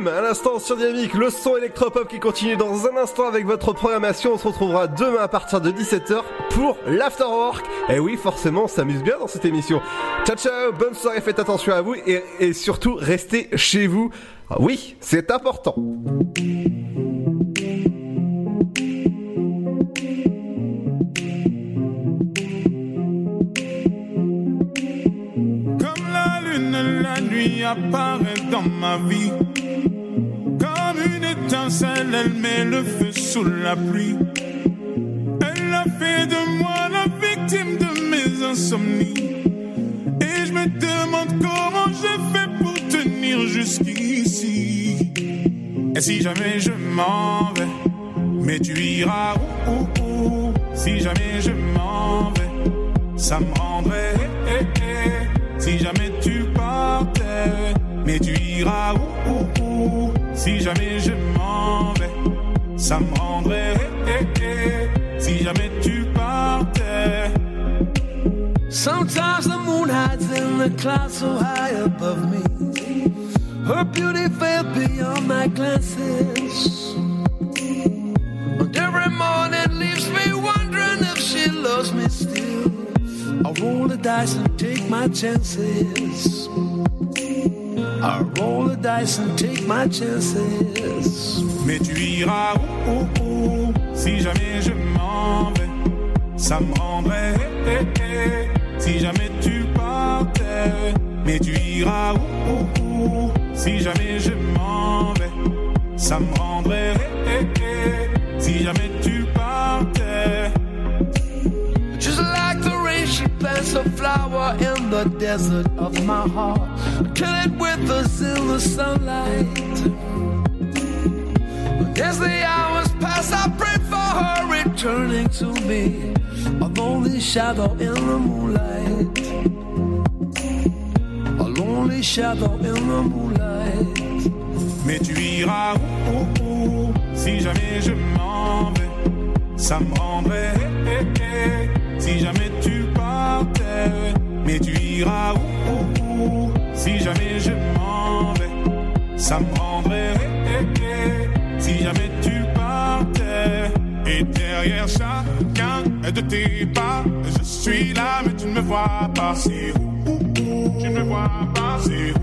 Speaker 13: Dream, à l'instant sur Dynamique, le son électropop qui continue dans un instant avec votre programmation. On se retrouvera demain à partir de dix-sept heures pour l'Afterwork. Et oui, forcément, on s'amuse bien dans cette émission. Ciao ciao, bonne soirée, faites attention à vous et, et surtout restez chez vous. Oui, c'est important.
Speaker 11: La nuit apparaît dans ma vie comme une étincelle, elle met le feu sous la pluie. Elle a fait de moi la victime de mes insomnies. Et je me demande comment j'ai fait pour tenir jusqu'ici. Et si jamais je m'en vais, mais tu iras où, où, où. Si jamais je m'en vais, ça me rendrait eh, eh, eh. Si jamais tu partais, mais tu iras où, où, où. Si jamais je m'en vais, ça me rendrait eh, eh, eh. Si jamais tu partais.
Speaker 12: Sometimes the moon hides in the clouds so high above me. Her beauty fell beyond my glances. And every morning leaves me wondering if she loves me still. I roll the dice and take my chances. I roll the dice and take my chances.
Speaker 11: Mais tu iras où, où, où. Si jamais je m'en vais, ça me rendrait eh, eh, eh. Si jamais tu partais, mais tu iras où, où, où. Si jamais je m'en vais, ça me rendrait eh, eh, eh. Si jamais tu partais.
Speaker 12: Just like the rain, she plants a flower in the desert of my heart, till it withers in the sunlight. As the hours pass, I pray for her returning to me, a lonely shadow in the moonlight. A lonely shadow in the moonlight.
Speaker 11: Mais tu iras où, où, où. Si jamais je m'en vais, ça me rendrait eh, eh, eh. Si jamais tu partais, mais tu iras où, où, où. Si jamais je m'en vais, ça me rendrait eh, eh, eh. Si jamais tu partais. Et derrière chacun de tes pas, je suis là mais tu ne me vois pas. C'est où, où, où. Tu ne me vois pas. C'est